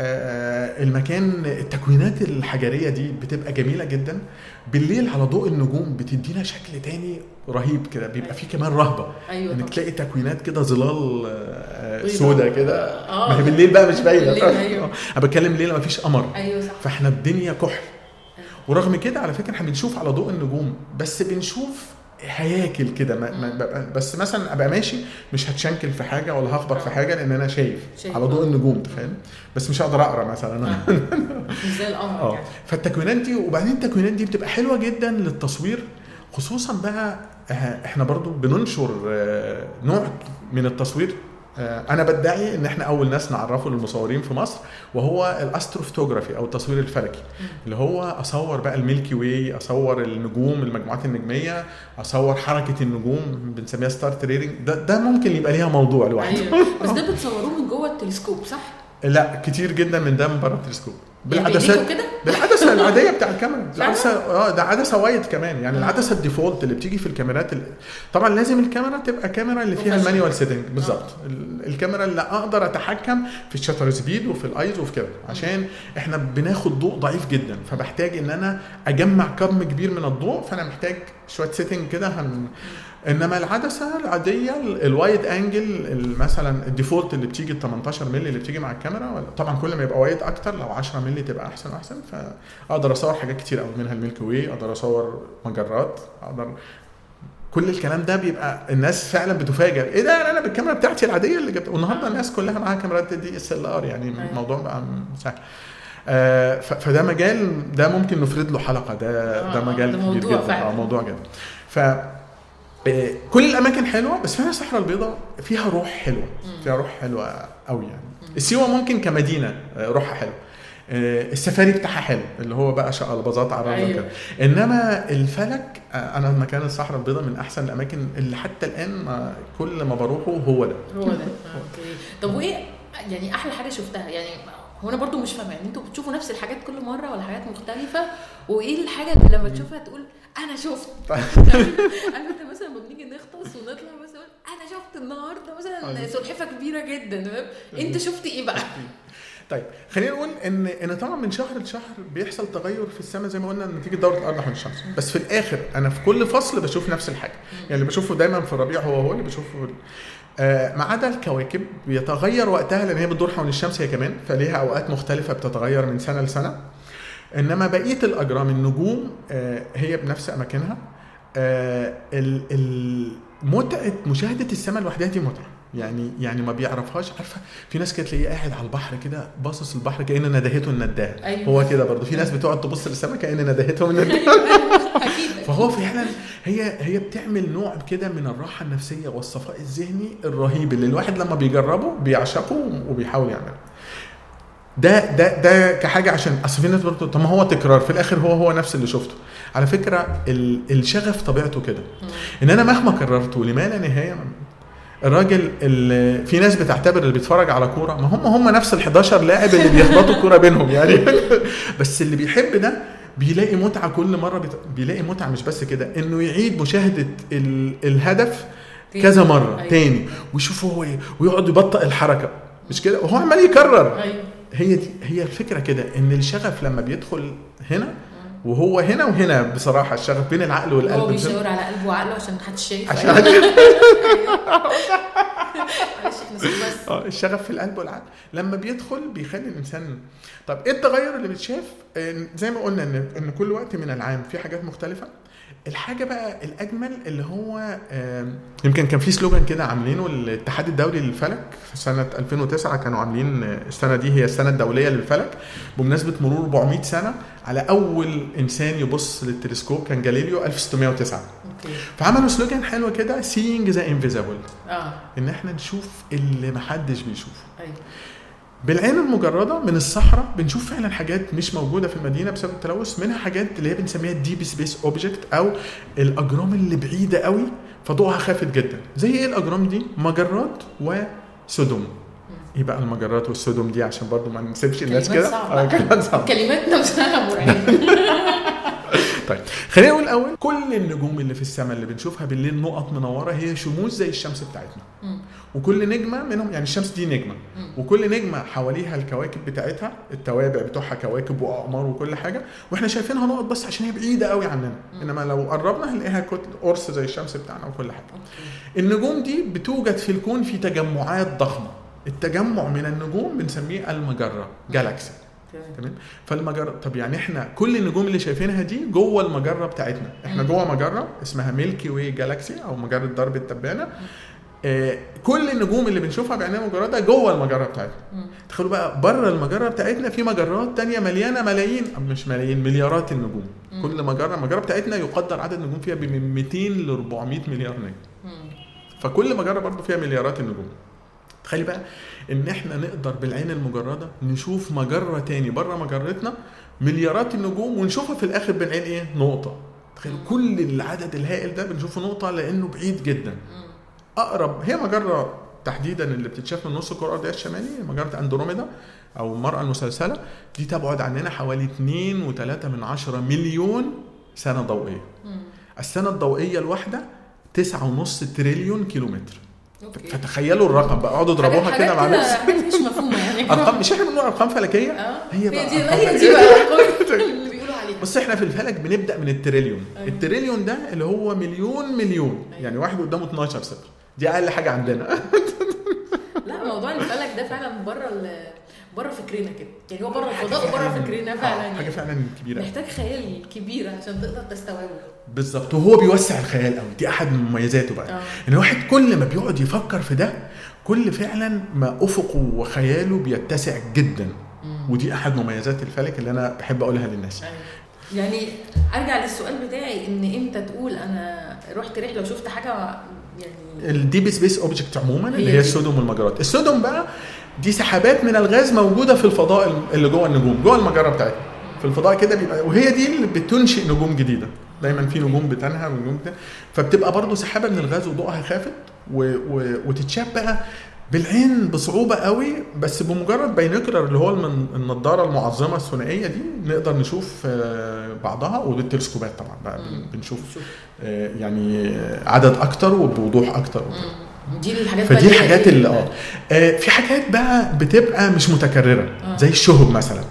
S3: المكان التكوينات الحجريه دي بتبقى جميله جدا. بالليل على ضوء النجوم بتدينا شكل تاني رهيب كده، بيبقى فيه كمان رهبه.
S4: أيوة
S3: انك تلاقي تكوينات كده ظلال سودة كده. ما هي بالليل بقى مش باينه.
S4: أيوة.
S3: انا بتكلم ليله ما فيش قمر.
S4: أيوة صح.
S3: فاحنا الدنيا كحل. أيوة. ورغم كده على فكره احنا بنشوف على ضوء النجوم، بس بنشوف هياكل كده. بس مثلا ابقى ماشي مش هتشنكل في حاجه ولا هخبط في حاجه، لان انا شايف على ضوء النجوم، تفهم. بس مش هقدر اقرا مثلا.
S4: مش زي القمر.
S3: فالتكوينات دي، وبعدين التكوينات دي بتبقى حلوه جدا للتصوير. خصوصا بقى احنا برضو بننشر نوع من التصوير انا بدعي ان احنا اول ناس نعرفه للمصورين في مصر، وهو الاستروفوتوغرافي او التصوير الفلكي، اللي هو اصور بقى الميلكي واي، اصور النجوم، المجموعات النجميه، اصور حركه النجوم، بنسميها ستار تريدنج. ده ممكن يبقى ليها موضوع لوحده.
S4: أيوة. بس ده بتصوروه من جوه التلسكوب صح؟
S3: لا، كتير جدا من ده من بره التلسكوب،
S4: بالعدسه
S3: بالعدسه العاديه بتاع الكاميرا. العدسه ده عدسه وايد كمان يعني. العدسه الديفولت اللي بتيجي في الكاميرات طبعا لازم الكاميرا تبقى كاميرا اللي فيها المانيوال سيتنج بالظبط. الكاميرا اللي اقدر اتحكم في الشاتر سبيد وفي الايز وفي كده، عشان احنا بناخد ضوء ضعيف جدا، فبحتاج ان انا اجمع كم كبير من الضوء، فانا محتاج شويه سيتنج كده. انما العدسه العاديه الوايد انجل مثلا الديفولت اللي بتيجي 18 مللي اللي بتيجي مع الكاميرا، طبعا كل ما يبقى وايد اكتر، لو 10 مللي تبقى احسن واحسن. فاقدر اصور حاجات كتير قوي، منها الميلكي واي، اقدر اصور مجرات، اقدر كل الكلام ده. بيبقى الناس فعلا بتفاجئ، ايه ده انا بالكاميرا بتاعتي العاديه اللي جبت. والنهارده الناس كلها معاها كاميرات دي SLR، يعني الموضوع بقى سهل. فده مجال ده ممكن نفرد له حلقه. ده مجال كبير جدا، موضوع جدا. كل الاماكن حلوه، بس فيها الصحراء البيضاء فيها روح حلوه، فيها روح حلوه قوي يعني. سيوه ممكن كمدينه روحها حلو، السفاري بتاعها حلو اللي هو بقى شقلباظات على الرمل كده. انما الفلك، انا مكان الصحراء البيضاء من احسن الاماكن اللي حتى الان كل ما بروحه هو ده.
S4: اوكي. طب وايه يعني احلى حاجه شفتها يعني؟ هو انا برضو مش فاهمه يعني، انتوا بتشوفوا نفس الحاجات كل مره ولا حاجات مختلفه؟ وايه الحاجه اللي لما تشوفها تقول انا شفت؟ عارف انت مثلا لما بنيجي نخطب مثلا سلحفه كبيره جدا، انت شفت ايه بقى؟
S3: طيب خلينا نقول ان طبعا من شهر لشهر بيحصل تغير في السماء زي ما قلنا نتيجه دوره الارض حول الشمس، بس في الاخر انا في كل فصل بشوف نفس الحاجه. يعني اللي بشوفه دايما في الربيع هو اللي بشوفه ما عدا الكواكب بيتغير وقتها لان هي بتدور حول الشمس هي كمان، فليها اوقات مختلفه بتتغير من سنه لسنه. انما بقيه الاجرام النجوم هي بنفس اماكنها. متعه مشاهده السماء لوحدها دي متعه، يعني ما بيعرفهاش. عارفه في ناس كده تلاقيه قاعد على البحر كده باصص البحر كأن ندهته النداه.
S4: أيوة.
S3: هو كده برضه في ناس بتقعد تبص للسماء كأن ندهته النداه. فهو فعلا هي بتعمل نوع كده من الراحه النفسيه والصفاء الذهني الرهيب اللي الواحد لما بيجربه بيعشقه وبيحاول يعمله. ده كحاجه، عشان اصل في ناس برضه طب ما هو تكرار في الاخر هو نفس اللي شفته. على فكره الشغف طبيعته كده ان انا مهما كررته لما لا نهايه. الراجل اللي في ناس بتعتبر اللي بيتفرج على كوره ما هم نفس ال11 لاعب اللي بيخبطوا الكوره بينهم يعني. بس اللي بيحب ده بيلاقي متعه كل مره، بيلاقي متعه مش بس كده انه يعيد مشاهده الهدف كذا مره تاني ويشوفه هو ويقعد يبطئ الحركه مش كده وهو عمال يكرر. هي الفكره كده ان الشغف لما بيدخل هنا وهو هنا وهنا بصراحه الشغف بين العقل والقلب.
S4: هو بيشاور على قلبه وعقله عشان محدش شايف.
S3: الشغف في القلب والعقل لما بيدخل بيخلي الانسان. طب ايه التغير اللي بتشاف؟ زي ما قلنا ان كل وقت من العام في حاجات مختلفه. الحاجه بقى الاجمل اللي هو يمكن كان في سلوجان كده عاملينه الاتحاد الدولي للفلك في سنه 2009. كانوا عاملين السنه دي هي السنه الدوليه للفلك بمناسبه مرور 400 سنه على اول انسان يبص للتلسكوب كان جاليليو 1609. فعملوا سلوجان حلو كده seeing the invisible. ان احنا نشوف اللي محدش بيشوفه. بالعين المجرده من الصحراء بنشوف فعلا حاجات مش موجوده في المدينه بسبب التلوث، منها حاجات اللي هي بنسميها ديب سبيس اوبجكت او الاجرام اللي بعيده قوي فضوءها خافت جدا. زي ايه الاجرام دي؟ مجرات وسدم. ايه بقى المجرات والسدم دي عشان برضو ما نسيبش الناس كده.
S4: كلمات نفسها مرعبه.
S3: طيب خلينا نقول الاول كل النجوم اللي في السماء اللي بنشوفها بالليل نقط منوره هي شموس زي الشمس بتاعتنا. وكل نجمه منهم يعني الشمس دي نجمه وكل نجمه حواليها الكواكب بتاعتها التوابع بتوعها كواكب واقمار وكل حاجه واحنا شايفينها نقط بس عشان هي بعيده قوي عننا. انما لو قربنا هنلاقيها كتل قرص زي الشمس بتاعنا وكل حاجه. النجوم دي بتوجد في الكون في تجمعات ضخمه. التجمع من النجوم بنسميه المجره جالاكسي. تمام. فالمجره طب يعني احنا كل النجوم اللي شايفينها دي جوه المجره بتاعتنا. احنا جوه مجره اسمها ميلكي واي جالاكسي او مجره درب التبانه. كل النجوم اللي بنشوفها بعيننا مجرده جوه المجره بتاعتنا. تخيلوا بقى بره المجره بتاعتنا في مجرات تانية مليانه ملايين مش ملايين مليارات النجوم. كل المجره بتاعتنا يقدر عدد النجوم فيها من 200 ل 400 مليار نجم. فكل مجره برضو فيها مليارات النجوم. تخيل بقى ان احنا نقدر بالعين المجرده نشوف مجره تاني بره مجرتنا مليارات النجوم ونشوفها في الاخر بالعين ايه نقطه. تخيل كل العدد الهائل ده بنشوفه نقطه لانه بعيد جدا. اقرب هي مجره تحديدا اللي بتتشاف من نص الكره الارضيه الشمالي مجره اندروميدا او المرأة المسلسله دي تبعد عننا حوالي 2.3 مليون سنه ضوئيه. السنه الضوئيه الواحده 9.5 تريليون كيلومتر. فتخيلوا الرقم بقى اقعدوا اضربوها كده مع نفسك.
S4: حاجات مش مفهومه يعني
S3: ارقام مش احنا بنقول ارقام فلكيه.
S4: هي دي بقى اللي بيقولوا عليها.
S3: بس احنا في الفلك بنبدا من التريليون. التريليون ده اللي هو مليون يعني واحد قدامه 12 صفر. دي اقل حاجه عندنا.
S4: لا موضوع الفلك ده فعلا بره فكرنا كده يعني هو بره الفضاء وبره فكرنا فعلا
S3: حاجه فعلا كبيره
S4: محتاج خيال كبير عشان تقدر تستوعبه
S3: بالظبط. وهو بيوسع الخيال قوي. دي احد مميزاته بقى ان الواحد كل ما بيقعد يفكر في ده كل فعلا ما افقه وخياله بيتسع جدا. ودي احد مميزات الفلك اللي انا بحب اقولها للناس.
S4: يعني ارجع للسؤال بتاعي ان امتى تقول انا رحت رحله وشفت حاجه يعني
S3: الديب سبيس اوبجكت عموما اللي هي السدم والمجرات. السدم بقى دي سحابات من الغاز موجوده في الفضاء اللي جوه النجوم جوه المجره بتاعتنا في الفضاء كده بيبقى وهي دي اللي بتنشئ نجوم جديده. دايما في نجوم بتنهى ونجوم فبتبقى برضو سحابه من الغاز وضوءها خافت وتتشاف بقى بالعين بصعوبه قوي. بس بمجرد باينوكلر اللي هو النضاره المعظمه الثنائيه دي نقدر نشوف بعضها. وبالتلسكوبات طبعا بقى بنشوف يعني عدد اكتر وبوضوح اكتر.
S4: دي الحاجات
S3: فدي الحاجات اللي في حاجات بقى بتبقى مش متكرره زي الشهب مثلا.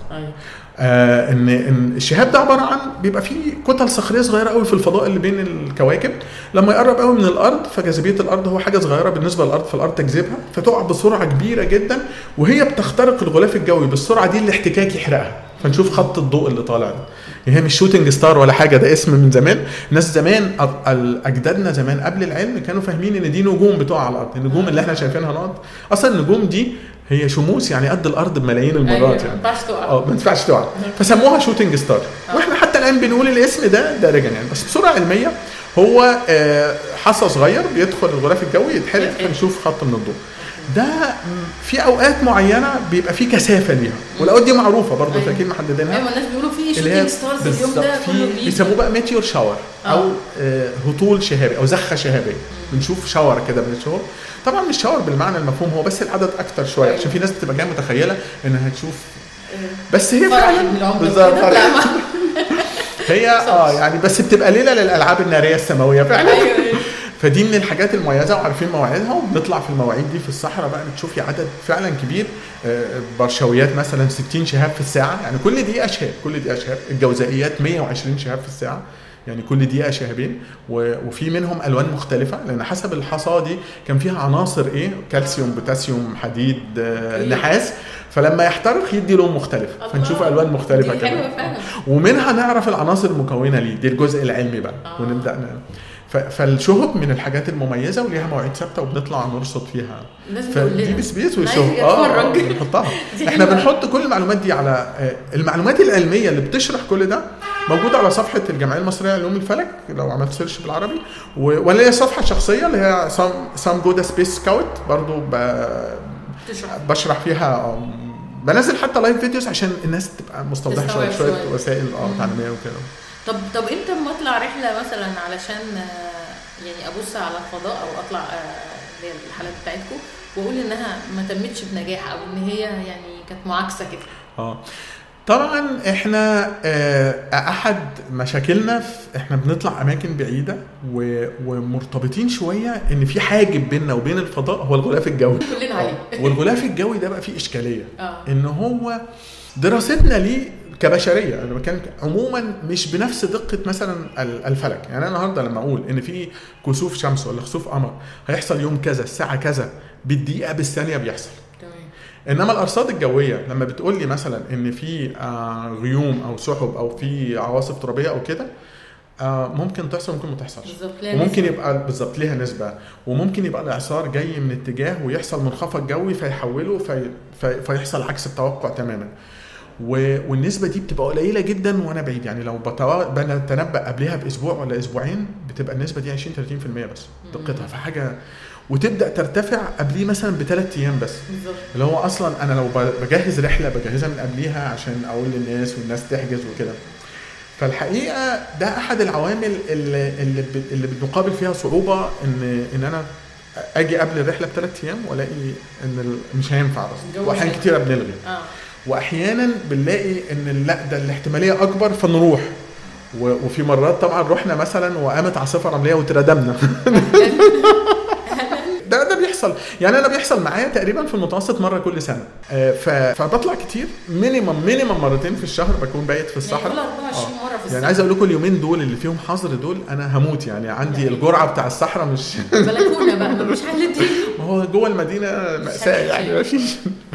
S3: ان الشهاب ده عباره عن بيبقى فيه كتل صخريه صغيره قوي في الفضاء اللي بين الكواكب، لما يقرب قوي من الارض فجاذبيه الارض هو حاجه صغيره بالنسبه للارض، فالارض تجذبها فتقع بسرعه كبيره جدا، وهي بتخترق الغلاف الجوي بالسرعه دي الاحتكاك يحرقها، فنشوف خط الضوء اللي طالع ده. هي مش شوتنج ستار ولا حاجه، ده اسم من زمان. الناس زمان اجدادنا زمان قبل العلم كانوا فاهمين ان دي نجوم بتقع على الارض. النجوم اللي احنا شايفينها الارض اصلا النجوم دي هي شموس يعني قد الارض بملايين المرات. يعني ما ينفعش تقع فسموها شوتنج ستار. واحنا حتى الان بنقول الاسم ده دارجا يعني، بس بصوره علميه هو حصى صغير بيدخل الغلاف الجوي يتحرق فنشوف خط من الضوء. ده في اوقات معينه بيبقى فيه كثافه ليها، والاوقات دي معروفه برضه فاكرين محددينها.
S4: ايوه الناس بيقولوا في شوتنج ستارز اليوم ده كله
S3: بيسموه بقى ميتيور شاور او هطول شهابي او زخه شهابيه. بنشوف شاور كده بنشوف، طبعا مش شاور بالمعنى المفهوم، هو بس العدد اكتر شويه عشان في ناس بتبقى جايه متخيله انها تشوف بس هي فعلا بالظبط هي يعني بس بتبقى ليله للالعاب الناريه السماويه فعلا. فدي من الحاجات المميزه وعارفين مواعيدها، وبنطلع في المواعيد دي في الصحراء بقى بتشوفي عدد فعلا كبير. برشاويات مثلا 60 شهاب في الساعه، يعني كل دقيقه شهاب، كل دقيقه شهاب. الجوزائيات 120 شهاب في الساعه، يعني كل دقيقه شهابين، وفي منهم الوان مختلفه لان حسب الحصى دي كان فيها عناصر كالسيوم بوتاسيوم حديد نحاس، فلما يحترق يدي لون مختلف فنشوف الوان مختلفه كمان، ومنها نعرف العناصر المكونه ليه. دي الجزء العلمي بقى ونبدا فالشهب من الحاجات المميزه وليها مواعيد ثابته وبنطلع نرصد فيها. فدي بسبيس والشهب بنحطها. احنا بنحط كل المعلومات دي على المعلومات العلميه اللي بتشرح كل ده موجوده على صفحه الجمعيه المصريه لعلوم الفلك لو عملت سيرش بالعربي، ولا هي صفحه شخصيه اللي هي سام جودا سبيس سكاوت برضو بشرح فيها. بنزل حتى لايف فيديوز عشان الناس تبقى مستوضحه شويه وسائل تعليميه وكده.
S4: طب امتى ما اطلع رحله مثلا علشان يعني ابص على الفضاء او اطلع للحالات بتاعتكم واقول انها ما تمتش بنجاح او ان هي يعني كانت معاكسه كده؟
S3: طبعا احنا احد مشاكلنا احنا بنطلع اماكن بعيده ومرتبطين شويه ان في حاجب بيننا وبين الفضاء هو الغلاف الجوي
S4: كلنا عليه.
S3: والغلاف الجوي ده بقى فيه اشكاليه ان هو دراستنا ليه كبشريه انا بتكلم عموما مش بنفس دقه مثلا الفلك. يعني انا النهارده لما اقول ان في كسوف شمس ولا خسوف قمر هيحصل يوم كذا الساعه كذا بالدقيقه بالثانيه بيحصل. انما الارصاد الجويه لما بتقول لي مثلا ان في غيوم او سحب او في عواصف ترابيه او كده ممكن تحصل ممكن ما تحصلش، وممكن يبقى بالظبط ليها نسبه، وممكن يبقى الاعصار جاي من اتجاه ويحصل منخفض جوي فيحوله فيحصل عكس التوقع تماما. والنسبه دي بتبقى قليله جدا وانا بعيد. يعني لو بتنبأ قبلها باسبوع ولا اسبوعين بتبقى النسبه دي 20-30% بس دقتها في حاجه، وتبدا ترتفع قبليه مثلا ب3 ايام بس. اللي هو اصلا انا لو بجهز رحله بجهزها من قبليها عشان اقول للناس والناس تحجز وكده. فالحقيقه ده احد العوامل اللي بنقابل فيها صعوبه ان انا اجي قبل الرحله ب3 ايام والاقي ان مش هينفع اصلا، واحيانا كتيره بنلغي واحيانا بنلاقي ان لا ده الاحتماليه اكبر فنروح. وفي مرات طبعا رحنا مثلا وقامت عاصفه رمليه وتردمنا ده بيحصل. يعني انا بيحصل معايا تقريبا في المتوسط مره كل سنه. فبطلع كتير مينيمم مرتين في الشهر بكون بايت في الصحراء.
S4: يعني 24 مره في السنه.
S3: يعني عايز اقول لكم اليومين دول اللي فيهم حظر دول انا هموت. يعني عندي يعني الجرعه بتاع الصحراء مش
S4: بلكونه بقى مش حل دي.
S3: ما هو جوه المدينه مأساة يعني ما فيش.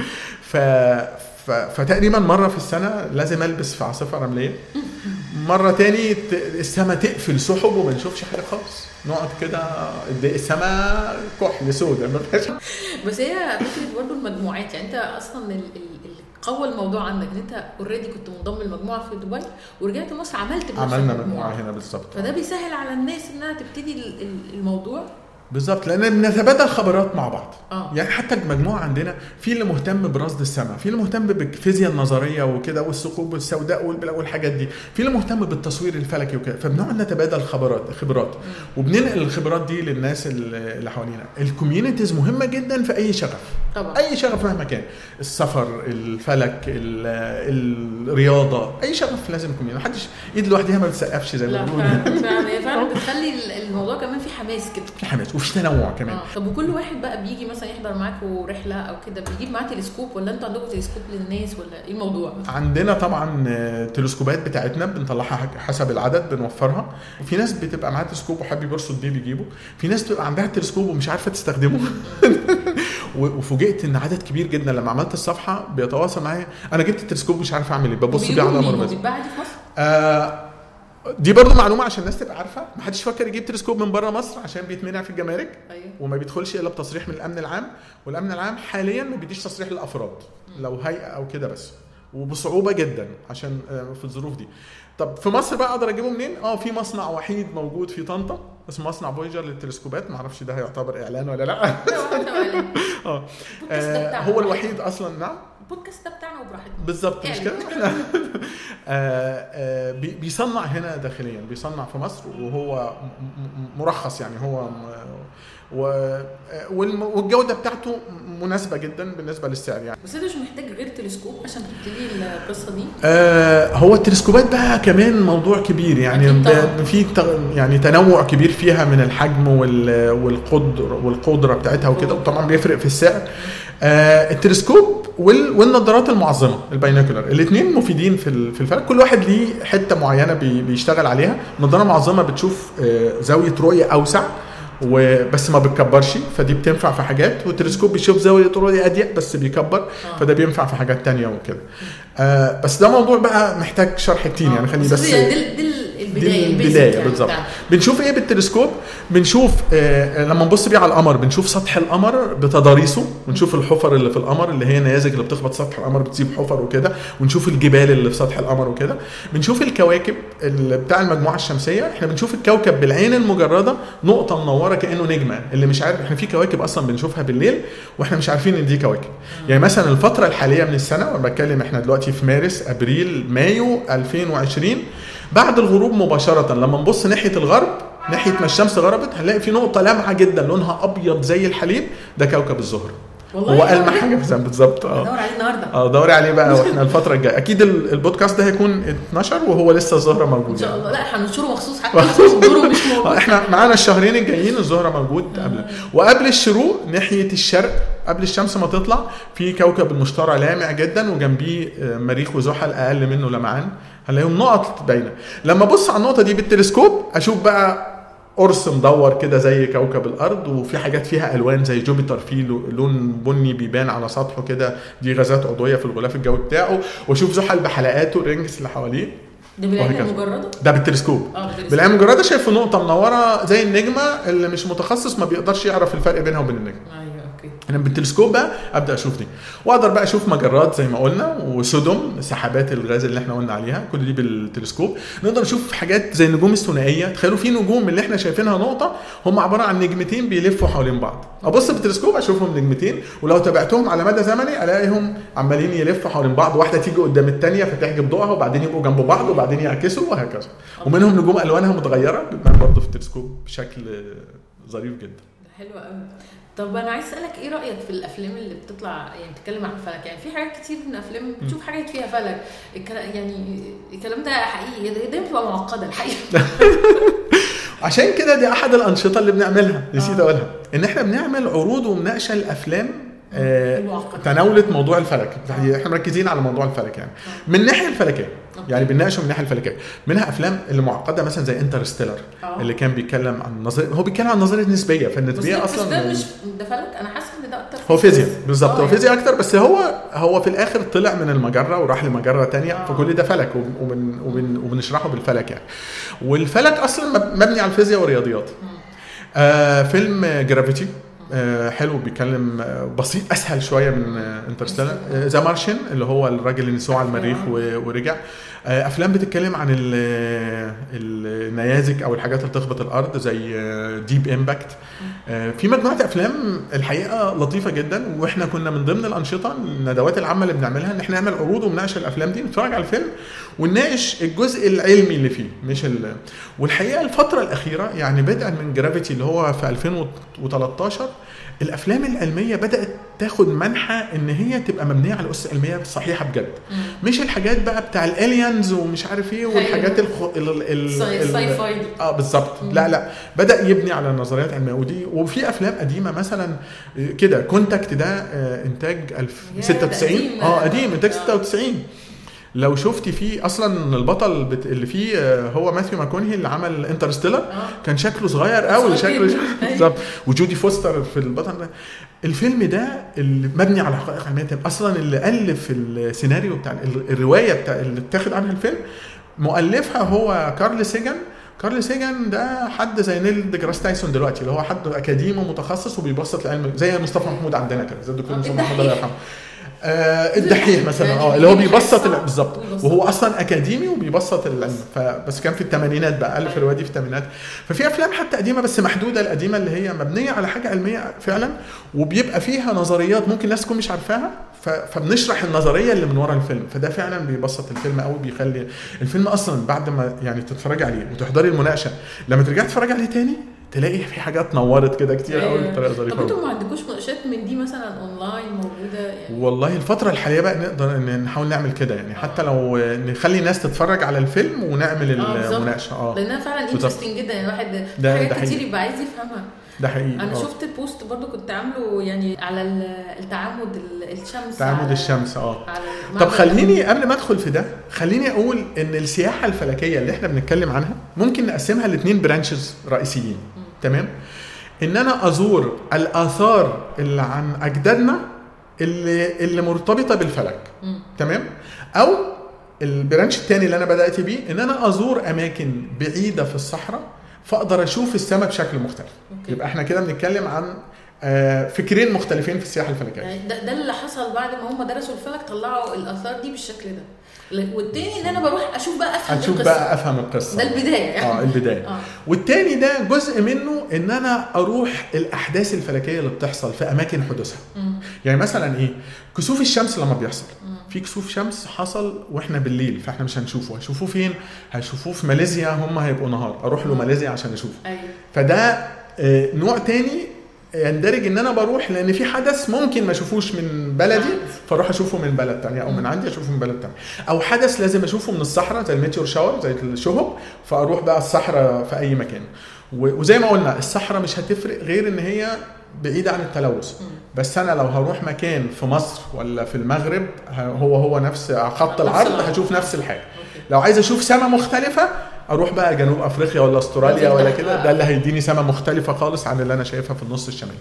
S3: فتقريبا مره في السنه لازم البس في عاصفه رمليه. مره تاني السماء تقفل سحب وما نشوفش حاجه خالص، نقعد كده السماء كحل سوداء ما فيهاش.
S4: بس هي فكره برضه المجموعات. يعني انت اصلا اللي قوى الموضوع عندك ان انت اوريدي كنت منضم للمجموعه في دبي ورجعت مصر عملنا
S3: مجموعه هنا بالظبط.
S4: فده بيسهل على الناس انها تبتدي الموضوع
S3: بالظبط لان بنتبادل خبرات مع بعض. يعني حتى المجموعه عندنا في اللي مهتم برصد السماء، في اللي مهتم بالفيزياء النظريه وكده والثقوب السوداء والحاجات دي، في اللي مهتم بالتصوير الفلكي وكده. فبنقعد نتبادل خبرات وبننقل الخبرات دي للناس اللي حوالينا. الكوميونيتيز مهمه جدا في اي شغف.
S4: طبعا.
S3: اي شغف مهما كان، السفر، الفلك، الرياضه، اي شغف لازم يكون يعني محدش ايد لوحدها ما بتسقفش زي ما بنقول.
S4: فعلا بتخلي الموضوع كمان في حماس كده،
S3: في حماس وفي تنوع كمان.
S4: طب وكل واحد بقى بيجي مثلا يحضر معاكم رحله او كده بيجيب معاه تلسكوب ولا انتوا عندكم تلسكوب للناس ولا ايه الموضوع؟
S3: عندنا طبعا تلسكوبات بتاعتنا بنطلعها حسب العدد بنوفرها. في ناس بتبقى معاها تلسكوب وحابب يرصد بيه بيجيبه، في ناس بتبقى عندها تلسكوب ومش عارفه تستخدمه. وفوجئت ان عدد كبير جدا لما عملت الصفحه بيتواصل معايا، انا جبت التلسكوب مش عارف اعمل ايه، ببص بيه على القمر بس.
S4: بيتباع دي في مصر؟
S3: دي برضو معلومه عشان الناس تبقى عارفه، ما حدش فكر يجيب تلسكوب من بره مصر عشان بيتمنع في الجمارك.
S4: أيوة.
S3: وما بيدخلش الا بتصريح من الامن العام، والامن العام حاليا ما بيديش تصريح للافراد لو هيئه او كده بس، وبصعوبه جدا عشان في الظروف دي. طب في مصر بقى اقدر اجيبه منين؟ في مصنع وحيد موجود في طنطا اسمه مصنع فويجر للتلسكوبات، ما اعرفش ده هيعتبر اعلان ولا لا. هو الوحيد اصلا. نعم
S4: البودكاست بتاعنا وبراحتنا
S3: بالظبط مش كده. بيصنع هنا داخليا، بيصنع في مصر وهو مرخص يعني، هو والجوده بتاعته مناسبه جدا بالنسبه للسعر يعني.
S4: بس انت مش محتاج غير تلسكوب عشان تبتدي القصه دي؟
S3: هو التلسكوبات بقى كمان موضوع كبير يعني، في يعني تنوع كبير فيها من الحجم والقدره بتاعتها وكده، وطبعا بيفرق في السعر. التلسكوب والنظارات المعظمه الباينوكولار الاثنين مفيدين في الفلك، كل واحد ليه حته معينه بيشتغل عليها. النظاره المعظمه بتشوف زاويه رؤيه اوسع وبس ما بتكبرش، فدي بتنفع في حاجات، والتلسكوب بيشوف زاويه رؤيه اضيق بس بيكبر، فده بينفع في حاجات تانية وكده. بس ده موضوع بقى محتاج شرح كتير يعني، خليني بس
S4: دي
S3: البدايه بالظبط. بنشوف ايه بالتلسكوب؟ بنشوف لما نبص بيه على القمر بنشوف سطح القمر بتضاريسه، ونشوف الحفر اللي في القمر اللي هي نيازك اللي بتخبط سطح القمر بتسيب حفر وكده، ونشوف الجبال اللي في سطح القمر وكده. بنشوف الكواكب اللي بتاع المجموعه الشمسيه، احنا بنشوف الكوكب بالعين المجرده نقطه منوره كانه نجمه، اللي مش عارف احنا في كواكب اصلا بنشوفها بالليل واحنا مش عارفين ان دي كواكب. يعني مثلا الفتره الحاليه من السنه، وانا بتكلم احنا دلوقتي في مارس ابريل مايو 2020، بعد الغروب مباشرة لما نبص ناحية الغرب، ناحية ما الشمس غربت، هنلاقي في نقطة لامعة جدا لونها أبيض زي الحليب، ده كوكب الزهرة. هو ألمع حاجة في زمان بالظبط.
S4: دور عليه النهارده.
S3: دوري عليه بقى واحنا الفترة الجاية أكيد البودكاست ده هيكون 12 وهو لسه الزهرة موجود
S4: إن شاء الله. لا احنا هننشره مخصوص حتى الزهرة مش موجود.
S3: احنا معانا الشهرين الجايين الزهرة موجود قبل وقبل الشروق ناحية الشرق قبل الشمس ما تطلع، في كوكب المشتري لامع جدا وجنبيه مريخ وزحل أقل منه لمعان، هنلاقيهم نقط باينه. لما ابص على النقطه دي بالتلسكوب اشوف بقى قرص مدور كده زي كوكب الارض، وفي حاجات فيها الوان زي جوبيتر فيه لون بني بيبان على سطحه كده، دي غازات عضويه في الغلاف الجوي بتاعه، واشوف زحل بحلقاته الرينجز اللي حواليه.
S4: ده بالعين المجرده؟
S3: ده بالتلسكوب. بالعين المجرده شايف نقطه منوره زي النجمه، اللي مش متخصص ما بيقدرش يعرف الفرق بينها وبين النجمه. انا بالتلسكوب بقى ابدا اشوف دي، واقدر بقى اشوف مجرات زي ما قلنا وسدم سحابات الغاز اللي احنا قلنا عليها، كل دي بالتلسكوب. نقدر نشوف حاجات زي النجوم الثنائيه، تخيلوا في نجوم اللي احنا شايفينها نقطه هم عباره عن نجمتين بيلفوا حوالين بعض، ابص بالتلسكوب اشوفهم نجمتين، ولو تابعتهم على مدى زمني الاقيهم عمالين يلفوا حوالين بعض، واحده تيجي قدام الثانيه فتحجب ضوءها وبعدين يبقوا جنب بعض وبعدين يعكسوا وهكذا. ومنهم نجوم الوانها متغيره بتبان برضه في التلسكوب بشكل ظريف جدا.
S4: حلو قوي. طب انا عايز اسالك ايه رايك في الافلام اللي بتطلع يعني بتتكلم عن الفلك؟ يعني في حاجات كتير من الافلام بتشوف حاجات فيها فلك، يعني الكلام ده حقيقي دايما بتبقى معقده الحقيقه.
S3: عشان كده دي احد الانشطه اللي بنعملها، نسيت اقولها، ان احنا بنعمل عروض ومناقشه الافلام تناولت موضوع الفلك. احنا مركزين على موضوع الفلك يعني من الناحيه الفلكيه، يعني بنناقشه من الناحيه الفلكيه. منها افلام اللي معقده مثلا زي انترستيلر اللي كان بيتكلم عن نظريه، هو بيتكلم عن نظريه النسبيه، فالنسبيه اصلا
S4: ده مش ده فلك، انا حاسه ان ده اكتر
S3: هو فيزياء بالظبط. هو فيزياء اكتر، بس هو في الاخر طلع من المجره وراح لمجره تانية، فكل ده فلك وبنشرحه بالفلك يعني. والفلك اصلا مبني على الفيزياء والرياضيات. فيلم جرافيتي حلو، بيتكلم بسيط اسهل شويه من انترستيلر. ذا مارشن اللي هو الراجل اللي نسوه على المريخ ورجع. افلام بتتكلم عن النيازك او الحاجات اللي تخبط الارض زي ديب امباكت. في مجموعه افلام الحقيقه لطيفه جدا، واحنا كنا من ضمن الانشطه الندوات العامه اللي بنعملها ان احنا نعمل عروض ومناقشه الافلام دي، نتفرج على الفيلم ونناقش الجزء العلمي اللي فيه مش والحقيقه الفتره الاخيره يعني بدءا من جرافيتي اللي هو في 2013 الافلام العلميه بدات تاخد منحى ان هي تبقى مبنيه على اسس علميه صحيحه بجد، مش الحاجات بقى بتاع الالينز ومش عارف ايه والحاجات
S4: الساي فاي
S3: بالظبط. لا بدا يبني على نظريات علميه. ودي وفي افلام قديمه مثلا كده، كونتاكت ده انتاج 96 قديم، انتاج 96. لو شفتي فيه اصلا البطل اللي فيه هو ماثيو ماكونهي اللي عمل انترستيلر، كان شكله صغير قوي، شكله بالظبط. وجودي فوستر في البطل ده. الفيلم ده اللي مبني على حقائق علميه اصلا، اللي الف السيناريو بتاع الروايه بتاع اللي اتاخد عنها الفيلم، مؤلفها هو كارل سيجان. كارل سيجان ده حد زي نيل ديجراس تايسون دلوقتي، اللي هو حد اكاديمي متخصص وبيبسط العلم، زي مصطفى محمود عندنا كده، زي الدكتور مصطفى محمود الله يرحمه. الدحيح مثلا اللي هو بيبسط بالظبط، وهو اصلا اكاديمي وبيبسط العلم. فبس كان في الثمانينات بقى، الف الروادي في الثمانينات. ففي افلام حتى قديمه بس محدوده، القديمه اللي هي مبنيه على حاجه علميه فعلا، وبيبقى فيها نظريات ممكن الناس تكون مش عارفاها، فبنشرح النظريه اللي من ورا الفيلم. فده فعلا بيبسط الفيلم قوي، بيخلي الفيلم اصلا بعد ما يعني تتفرجي عليه وتحضري المناقشه، لما ترجعي تتفرجي عليه تاني تلاقي في حاجات نورت كده كتير قوي بطريقه ظريفه.
S4: طب انتوا ما عندكوش مناقشات من دي مثلا اونلاين موجوده يعني؟
S3: والله الفتره الحاليه بقى نقدر نحاول نعمل كده يعني، حتى لو نخلي الناس تتفرج على الفيلم ونعمل المناقشه.
S4: لانها فعلا انترستنج جدا يعني، الواحد حاجات كتير يبقى عايز يفهمها.
S3: ده حقيقي.
S4: انا شفت بوست برضو كنت عامله يعني على التعامد الشمس،
S3: تعامد الشمس. طب خليني قبل ما ادخل في ده، خليني اقول ان السياحه الفلكيه اللي احنا بنتكلم عنها ممكن نقسمها ل2 برانشز رئيسيين. تمام؟ ان انا ازور الاثار اللي عن اجدادنا اللي مرتبطه بالفلك. تمام؟ او البرانش الثاني اللي انا بدات بيه، ان انا ازور اماكن بعيده في الصحراء فاقدر اشوف السماء بشكل مختلف. يبقى احنا كده بنتكلم عن فكرين مختلفين في السياحه الفلكيه.
S4: يعني ده اللي حصل بعد ما هم درسوا الفلك، طلعوا الاثار دي بالشكل ده. والتاني ان انا بروح اشوف بقى افهم القصه. ده البدايه يعني.
S3: البدايه. والتاني ده جزء منه ان انا اروح الاحداث الفلكيه اللي بتحصل في اماكن حدوثها. يعني مثلا ايه، كسوف الشمس لما بيحصل، في كسوف شمس حصل واحنا بالليل، فاحنا مش هنشوفه. هنشوفوه فين؟ هنشوفوه في ماليزيا، هم هيبقوا نهار، اروح له ماليزيا عشان اشوفه. فده نوع تاني يندرج ان انا بروح لان في حدث ممكن ما اشوفوش من بلدي، فاروح اشوفه من بلد تانية، او من عندي اشوفه من بلد تانية. او حدث لازم اشوفه من الصحراء زي الميتيور شاور، زي الشهب، فاروح بقى الصحراء في اي مكان. وزي ما قلنا الصحراء مش هتفرق غير ان هي بعيدة عن التلوث. بس انا لو هروح مكان في مصر ولا في المغرب، هو نفس خط العرض، هشوف نفس الحاجة. لو عايز اشوف سماء مختلفة، اروح بقى جنوب افريقيا ولا استراليا ولا كده، ده اللي هيديني سماء مختلفة خالص عن اللي انا شايفها في النص الشمالي.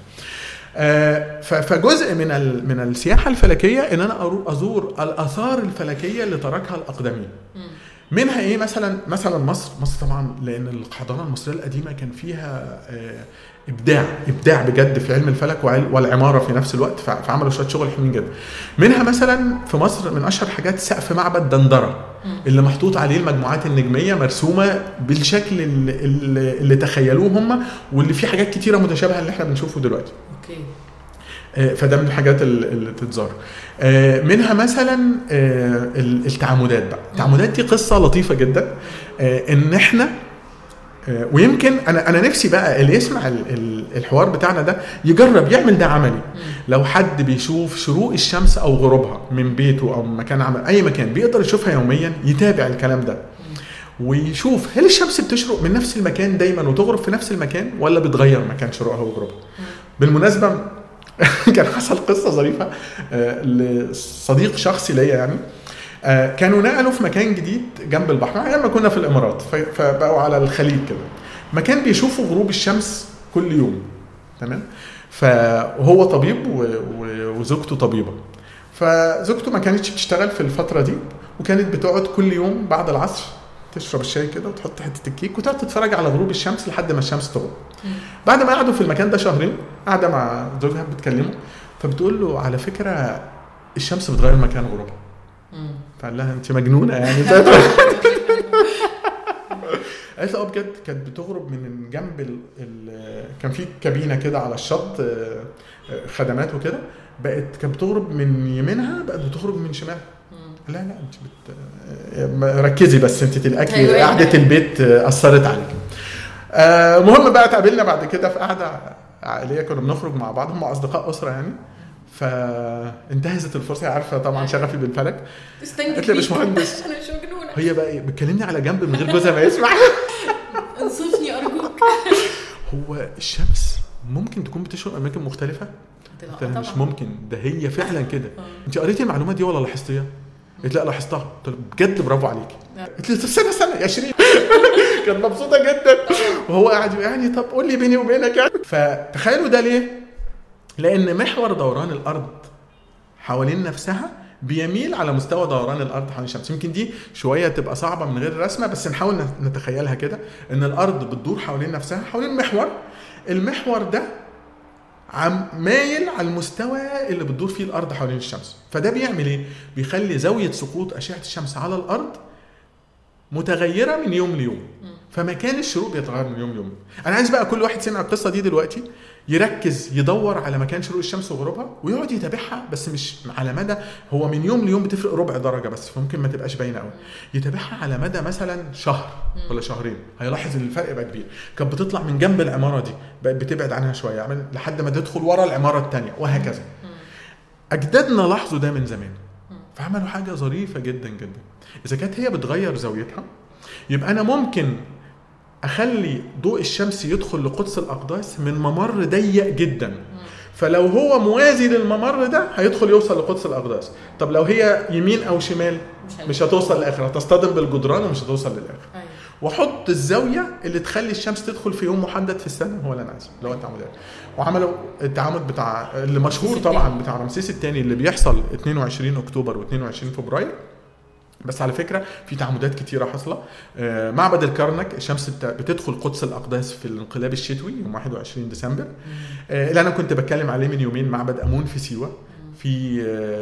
S3: فجزء من السياحة الفلكية ان انا ازور الاثار الفلكية اللي تركها الاقدمين. منها ايه؟ مثلا مصر طبعا، لان الحضاره المصريه القديمه كان فيها ابداع بجد في علم الفلك والعماره في نفس الوقت، فعملوا شويه شغل حلوين جدا. منها مثلا في مصر من اشهر حاجات سقف معبد دندره، اللي محطوط عليه المجموعات النجميه مرسومه بالشكل اللي تخيلوه هم، واللي فيه حاجات كتيره متشابهه اللي احنا بنشوفه دلوقتي. فده من الحاجات اللي تتزار. منها مثلا التعامدات بقى. التعامدات دي قصة لطيفة جدا، ان احنا ويمكن انا نفسي بقى اللي يسمع الحوار بتاعنا ده يجرب يعمل ده عملي. لو حد بيشوف شروق الشمس او غروبها من بيته او مكان عمل، اي مكان بيقدر يشوفها يوميا، يتابع الكلام ده ويشوف هل الشمس بتشرق من نفس المكان دايما وتغرب في نفس المكان، ولا بتغير مكان شروقها وغروبها. بالمناسبة كان حصل قصة ظريفة لصديق شخصي ليا يعني. كانوا نقلوا في مكان جديد جنب البحر لما كنا في الإمارات، فبقوا على الخليج كده، مكان بيشوفوا غروب الشمس كل يوم. تمام؟ فهو طبيب وزوجته طبيبة. فزوجته ما كانتش بتشتغل في الفترة دي، وكانت بتقعد كل يوم بعد العصر تشرب الشاي كده وتحط حته الكيك وتقعد تتفرج على غروب الشمس لحد ما الشمس تغرب. بعد ما قعدوا في المكان ده شهرين، قاعده مع زوجها بتكلمه، فبتقول له على فكره الشمس بتغير مكان غروبها. فقال لها انت مجنونه يعني. قالت له بجد كانت بتغرب من جنب كان في كابينه كده على الشط خدمات وكده، كانت بتغرب من يمينها، بقت بتغرب من شمالها. لا انت ركزي بس، انت تلاقي قعده البيت اثرت عليك. مهم بقى تقابلنا بعد كده في قعده عائليه كنا بنخرج مع بعض، هم اصدقاء اسره يعني. فانتهزت الفرصه، عارفه طبعا شغفي بالفلك، قلت لي يا باشمهندس
S4: انا مش مجنونه،
S3: هي بقى بتكلمني على جنب من غير جوزها ما يسمع.
S4: انصفني ارجوك.
S3: هو الشمس ممكن تكون بتشرق اماكن مختلفه؟ قلت لها مش ممكن، ده هي فعلا كده. انت قريتي المعلومه دي ولا لاحظتيها؟ قلت لا لاحظتها. قلت له بجد برافو عليكي. قلت لي استنى يا شيرين. كانت مبسوطه جدا وهو قاعد يعني طب قول لي بيني وبينك يعني. فتخيلوا ده ليه؟ لان محور دوران الارض حوالين نفسها بيميل على مستوى دوران الارض حوالين الشمس. يمكن دي شويه تبقى صعبه من غير رسمه، بس نحاول نتخيلها كده، ان الارض بتدور حوالين نفسها حوالين محور، المحور ده مايل على المستوى اللي بتدور فيه الارض حوالين الشمس. فده بيعمل ايه؟ بيخلي زاويه سقوط اشعه الشمس على الارض متغيره من يوم ليوم، فمكان الشروق بيتغير من يوم ليوم. انا عايز بقى كل واحد سمع القصه دي دلوقتي يركز يدور على مكان شروق الشمس وغروبها ويقعد يتابعها، بس مش على مدى، هو من يوم ليوم بتفرق ربع درجه بس، فممكن ما تبقاش باينه قوي. يتابعها على مدى مثلا شهر ولا شهرين، هيلاحظ ان الفرق بقى كبير. كانت بتطلع من جنب العماره دي بقت بتبعد عنها شويه لحد ما تدخل ورا العماره الثانيه وهكذا. اجدادنا لاحظوا ده من زمان، فعملوا حاجه ظريفه جدا جدا. اذا كانت هي بتغير زاويتها، يبقى انا ممكن اخلي ضوء الشمس يدخل لقدس الاقداس من ممر ضيق جدا، فلو هو موازي للممر ده هيدخل يوصل لقدس الاقداس. طب لو هي يمين او شمال مش هتوصل للاخر، هتصطدم بالجدران ومش هتوصل للاخر. وحط الزاويه اللي تخلي الشمس تدخل في يوم محدد في السنه، هو اللي انا عايزه لو انت عملت. وعملوا التعامد بتاع اللي مشهور طبعا بتاع رمسيس الثاني اللي بيحصل 22 اكتوبر و22 فبراير. بس على فكرة في تعامدات كتيرة حصلة. معبد الكرنك الشمس بتدخل قدس الأقداس في الانقلاب الشتوي يوم 21 ديسمبر. اللي أنا كنت بتكلم عليه من يومين معبد أمون في سيوة، في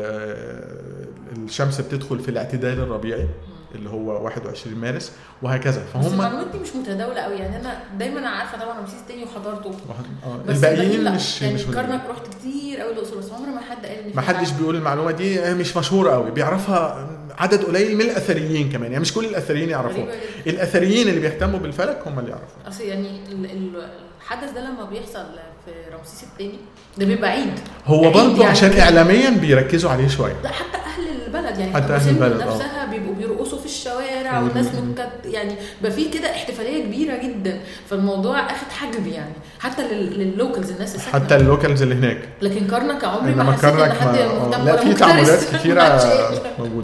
S3: الشمس بتدخل في الاعتدال الربيعي اللي هو 21 مارس وهكذا.
S4: فهم بس المعلومات دي مش متداولة قوي يعني. أنا دايما عارفة طبعا رمسيس الثاني وحضرته،
S3: الباقيين مش
S4: يعني كرنك رحت كتير قوي الأقصر، بس عمر ما حد قال إن
S3: ما حدش بيقول المعلومة دي، مش مشهورة قوي، بيعرفها عدد قليل من الأثريين كمان، يعني مش كل الأثريين يعرفوها. الأثريين اللي بيهتموا بالفلك هم اللي يعرفوها.
S4: أصل يعني الحدث ده لما بيحصل في رمسيس الثاني ده بيبقى عيد،
S3: هو برضه يعني عشان إعلاميا بيركزوا عليه شوية.
S4: لا حتى أهل البلد يعني
S3: حتى أهل البلد
S4: نفسها بيبقوا بيرقصوا في الشوارع والناس يعني بقى في كده احتفالية كبيرة جدا، فالموضوع أخد حجم يعني حتى لللوكالز الناس اللي
S3: حتى اللوكالز اللي هناك.
S4: لكن كرنك عمري ما حسيت ان حد مهتم
S3: ولا في تعاملات كتيرة موجودة.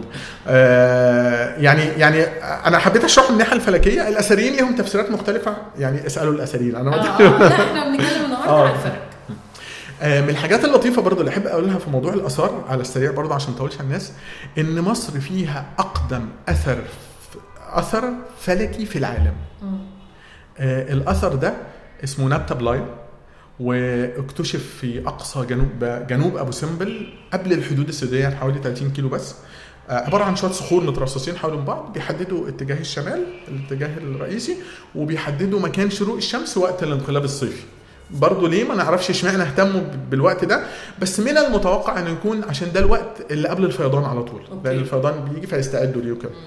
S3: يعني أنا حبيت أشرح من الناحية الفلكية. الأثريين لهم تفسيرات مختلفة، يعني اسألوا الأثريين. أنا
S4: لا احنا بنتكلم النهارده عن الفلك.
S3: من الحاجات اللطيفة برضو اللي أحب أقولها في موضوع الآثار على السريع برضو عشان مطولش على الناس، إن مصر فيها أقدم أثر فلكي في العالم. الأثر ده اسمه نبتة بلاي، واكتشف في أقصى جنوب أبو سمبل قبل الحدود السودانية حوالي 30 كيلو بس. عبارة عن شوية صخور مترصصين حوالين بعض، بيحددوا اتجاه الشمال الاتجاه الرئيسي، وبيحددوا مكان شروق الشمس وقت الانقلاب الصيفي. برضو ليه ما نعرفش اشمعنى اهتموا بالوقت ده، بس من المتوقع انه يكون عشان ده الوقت اللي قبل الفيضان على طول، لان الفيضان بيجي فيستعدوا ليه وكده.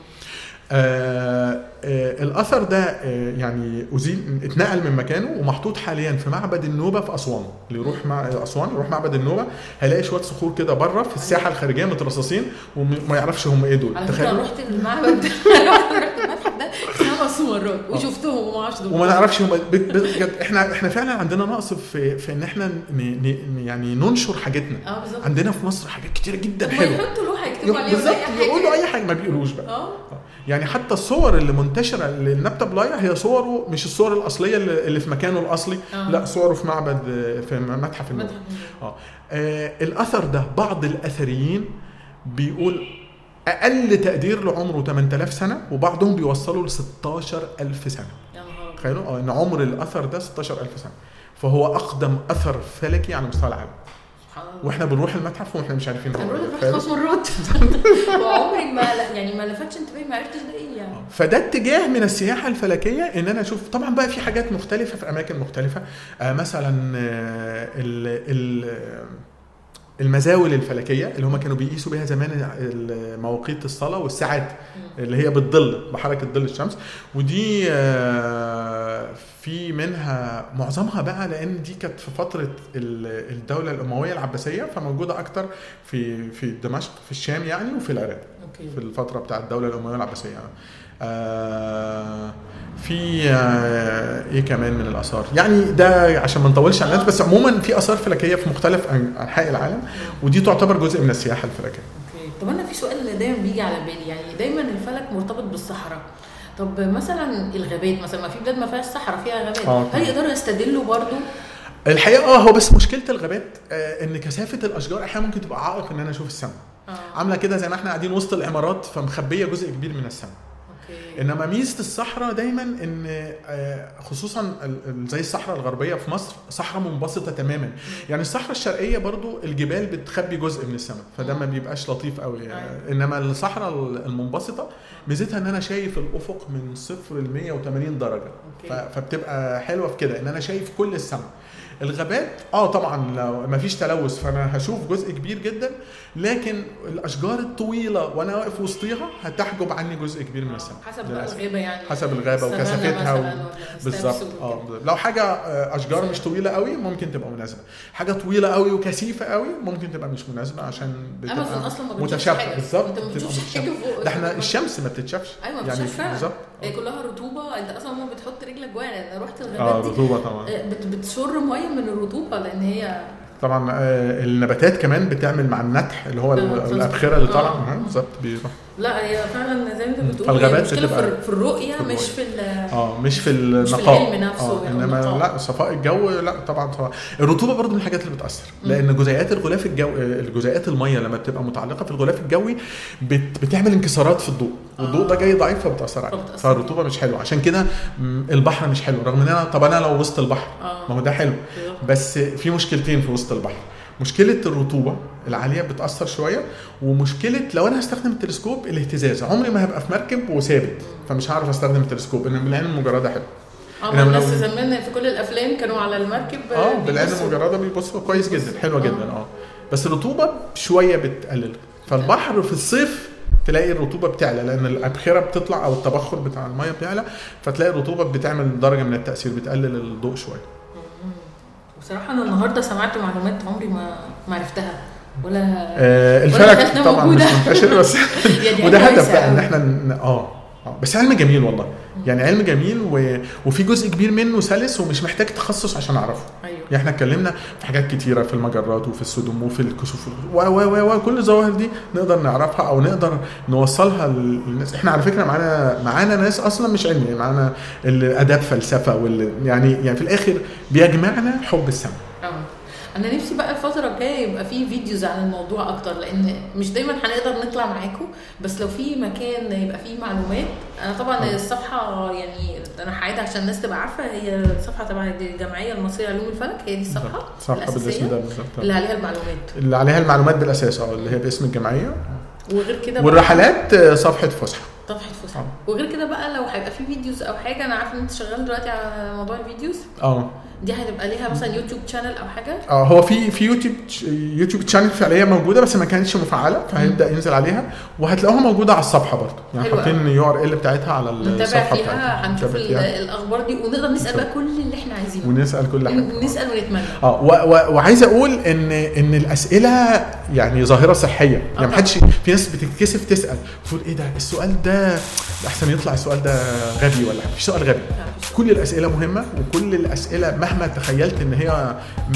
S3: الاثر ده يعني اتنقل من مكانه ومحطوط حاليا في معبد النوبه في اسوان. اللي يروح اسوان يروح معبد النوبه هيلاقي شويه صخور كده بره في الساحه الخارجيه مترصصين وما يعرفش هم ايه دول.
S4: تخيل رحت المعبد ده رحت المتحف ده 5 مرات وشفتهم وما اعرفش
S3: وما نعرفش هم احنا فعلا عندنا نقص في ان احنا يعني ننشر حاجتنا. عندنا في مصر حاجات كتيره جدا حلوه،
S4: يحطوا لوحه يكتبوا عليها
S3: بالظبط، يقولوا اي حاجه ما بيقولوش بقى. يعني حتى الصور اللي منتشره للنبتة بلايا هي صوره مش الصور الاصليه اللي في مكانه الاصلي. لا صوره في معبد في متحف النوبه. الاثر ده بعض الاثريين بيقول اقل تقدير لعمره 8000 سنه، وبعضهم بيوصلوا ل 16000 سنه. تخيلوا ان عمر الاثر ده 16000 سنه، فهو اقدم اثر فلكي على مستوى العالم. واحنا بنروح المتحف واحنا مش عارفين
S4: هو رحت 5 مرات وعمري ما لفتش انتباهي، ما عرفتش ده ايه يعني.
S3: فده اتجاه من السياحه الفلكيه ان انا اشوف. طبعا بقى في حاجات مختلفه في اماكن مختلفه. مثلا المزاول الفلكيه اللي هم كانوا بيقيسوا بيها زمان مواقيت الصلاه والساعات اللي هي بتضل بحركه ظل الشمس. ودي في منها معظمها بقى لان دي كانت في فتره الدوله الامويه العباسيه، فموجوده اكتر في دمشق في الشام يعني وفي العراق في الفتره بتاعه الدوله الامويه العباسيه. في ايه كمان من الاثار يعني ده عشان ما نطولش على الناس، بس عموما في اثار فلكيه في مختلف انحاء العالم، ودي تعتبر جزء من السياحه الفلكيه.
S4: طب انا في سؤال دايما بيجي على بالي، يعني دايما الفلك مرتبط بالصحراء. طب مثلا الغابات مثلا، ما في بلاد ما فيهاش صحراء فيها غابات، هل يقدروا يستدلوا برضو؟
S3: الحقيقه هو بس مشكله الغابات ان كثافه الاشجار احيانا ممكن تبقى عائق ان انا اشوف السماء. عامله كده زي ما احنا قاعدين وسط العمارات فمخبيه جزء كبير من السماء. انما ميزه الصحراء دايما ان خصوصا زي الصحراء الغربيه في مصر صحراء منبسطه تماما، يعني الصحراء الشرقيه برضو الجبال بتخبي جزء من السماء فده ما بيبقاش لطيف قوي انما الصحراء المنبسطه ميزتها ان انا شايف الافق من 0 ل 180 درجه فبتبقى حلوه في كده ان انا شايف كل السماء. الغابات طبعا لو ما فيش تلوث فانا هشوف جزء كبير جدا، لكن الاشجار الطويله وانا واقف وسطيها هتحجب عني جزء كبير من السماء
S4: حسب الغابه، يعني
S3: حسب الغابه وكثافتها بالظبط. لو حاجه اشجار مش طويله قوي ممكن تبقى مناسبه، حاجه طويله قوي وكثيفه قوي ممكن تبقى مش مناسبه عشان بتبقى متشابهه بالظبط. ده احنا الشمس ما بتتشافش
S4: يعني بالظبط هي كلها رطوبه، انت اصلا ما بتحط رجلك جوه. انا رحت الغابات دي
S3: رطوبه طبعا
S4: بتشر ميه من الرطوبه لان هي
S3: طبعا النباتات كمان بتعمل مع النتح اللي هو الابخره اللي طالعه بالظبط بيروح.
S4: لا هي فعلا زي ما انت بتقول
S3: الغابات
S4: في الرؤيه مش في
S3: مش في النقاء
S4: العلم نفسه
S3: انما لا صفاء الجو لا طبعا صفاء. الرطوبه برضو من الحاجات اللي بتاثر لان جزيئات الغلاف الجوي جزيئات الميه لما بتبقى متعلقه في الغلاف الجوي بتعمل انكسارات في الضوء والضوء ده جاي ضعيف فبتاثر عليه فالرطوبه مش حلوه. عشان كده البحر مش حلو رغم ان انا لو وسط البحر ما هو ده حلو بس في مشكلتين في وسط البحر. مشكله الرطوبه العاليه بتاثر شويه، ومشكله لو انا هستخدم التلسكوب الاهتزاز. عمري ما هبقى في مركب وثابت فمش هعرف استخدم التلسكوب، انما بالعين المجرده حلو.
S4: الناس زمان في كل الافلام كانوا على المركب
S3: بالعين المجرده بيبصوا كويس جدا حلوه جدا بس الرطوبه شويه بتقلل. فالبحر في الصيف تلاقي الرطوبه بتعلى لان الابخره بتطلع او التبخر بتاع الميه بتعلى، فتلاقي الرطوبه بتعمل درجه من التاثير بتقلل الضوء شويه.
S4: بصراحه انا النهارده سمعت معلومات عمري ما عرفتها ولا
S3: الفلك طبعا مش منتشر بس يعني وده هدف بقى ان احنا بس علم جميل والله يعني علم جميل وفي جزء كبير منه سلس ومش محتاج تخصص عشان اعرفه. يعني احنا اتكلمنا في حاجات كتيره في المجرات وفي السدوم وفي الكسوف وكل الظواهر دي نقدر نعرفها او نقدر نوصلها للناس. احنا على فكره معانا ناس اصلا مش علمي، معانا الاداب فلسفه يعني في الاخر بيجمعنا حب السماء.
S4: انا نفسي بقى الفتره الجايه يبقى فيه فيديوز عن الموضوع اكتر لان مش دايما هنقدر نطلع معاكم، بس لو في مكان يبقى فيه معلومات. انا طبعا الصفحه يعني انا هعيدها عشان الناس تبقى عارفه، هي الصفحه تبع الجمعيه المصريه لعلوم الفلك، هي دي الصفحه
S3: بالاسم ده بالظبط
S4: اللي عليها المعلومات
S3: بالاساس اللي هي باسم الجمعيه.
S4: وغير كده
S3: والرحلات صفحه فسحه
S4: وغير كده بقى لو هيبقى في فيديوز او حاجه. انا عارفه ان انت شغال دلوقتي على موضوع الفيديوز دي هتبقى ليها مثلا يوتيوب شانل او حاجه. هو
S3: في يوتيوب شانل فعليا موجوده بس ما كانتش مفعله فهيبدا ينزل عليها وهتلاقوها موجوده على الصفحه برضه يعني حاطين URL بتاعتها على الصفحه
S4: بتاعتها. هنشوف الاخبار دي ونقدر نسال بقى كل اللي احنا عايزينه
S3: ونسال كل حاجه
S4: نسال ونتمنى.
S3: وعايز اقول ان الاسئله يعني ظاهره صحيه يعني ما حدش في ناس بتتكسف تسال تقول ايه ده السؤال ده احسن يطلع السؤال ده غبي ولا مفيش سؤال غبي. كل الاسئله مهمه وكل الاسئله مهما تخيلت ان هي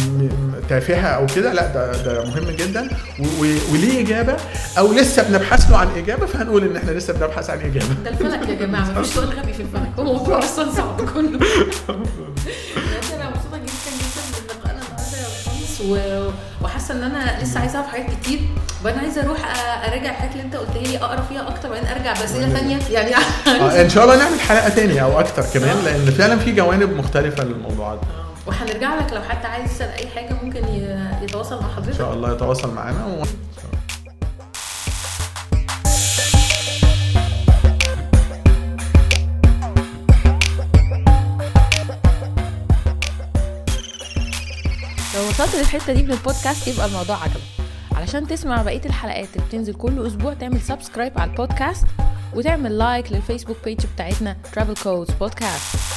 S3: تافهه او كده لا ده مهم جدا وليه اجابه او لسه بنبحث له عن اجابه فهنقول ان احنا لسه بنبحث عن اجابه.
S4: ده الفلك يا جماعه مفيش سؤال غبي في الفلك، هو موضوع اصلا صعب كله. انا مبسوطه جدا بلقائنا النهارده يا باشمهندس وحاسه ان انا لسه عايزه اعرف حاجات كتير وانا عايزه اروح اراجع الحاجات اللي انت قلتها لي اقرا فيها اكتر وبعدين ارجع باسئله ثانيه يعني
S3: ان شاء الله نعمل حلقه ثانيه او اكتر كمان لان فعلا في جوانب مختلفه للموضوع ده.
S4: وهنرجع لك لو حد عايز يسال اي حاجه ممكن يتواصل مع حضرتك
S3: ان شاء الله يتواصل معانا
S1: لو وصلت للحته دي من البودكاست يبقى الموضوع عجبك. وعلشان تسمع بقية الحلقات اللي بتنزل كل أسبوع تعمل سبسكرايب على البودكاست وتعمل لايك للفيسبوك بيج بتاعتنا Travel Codes Podcast.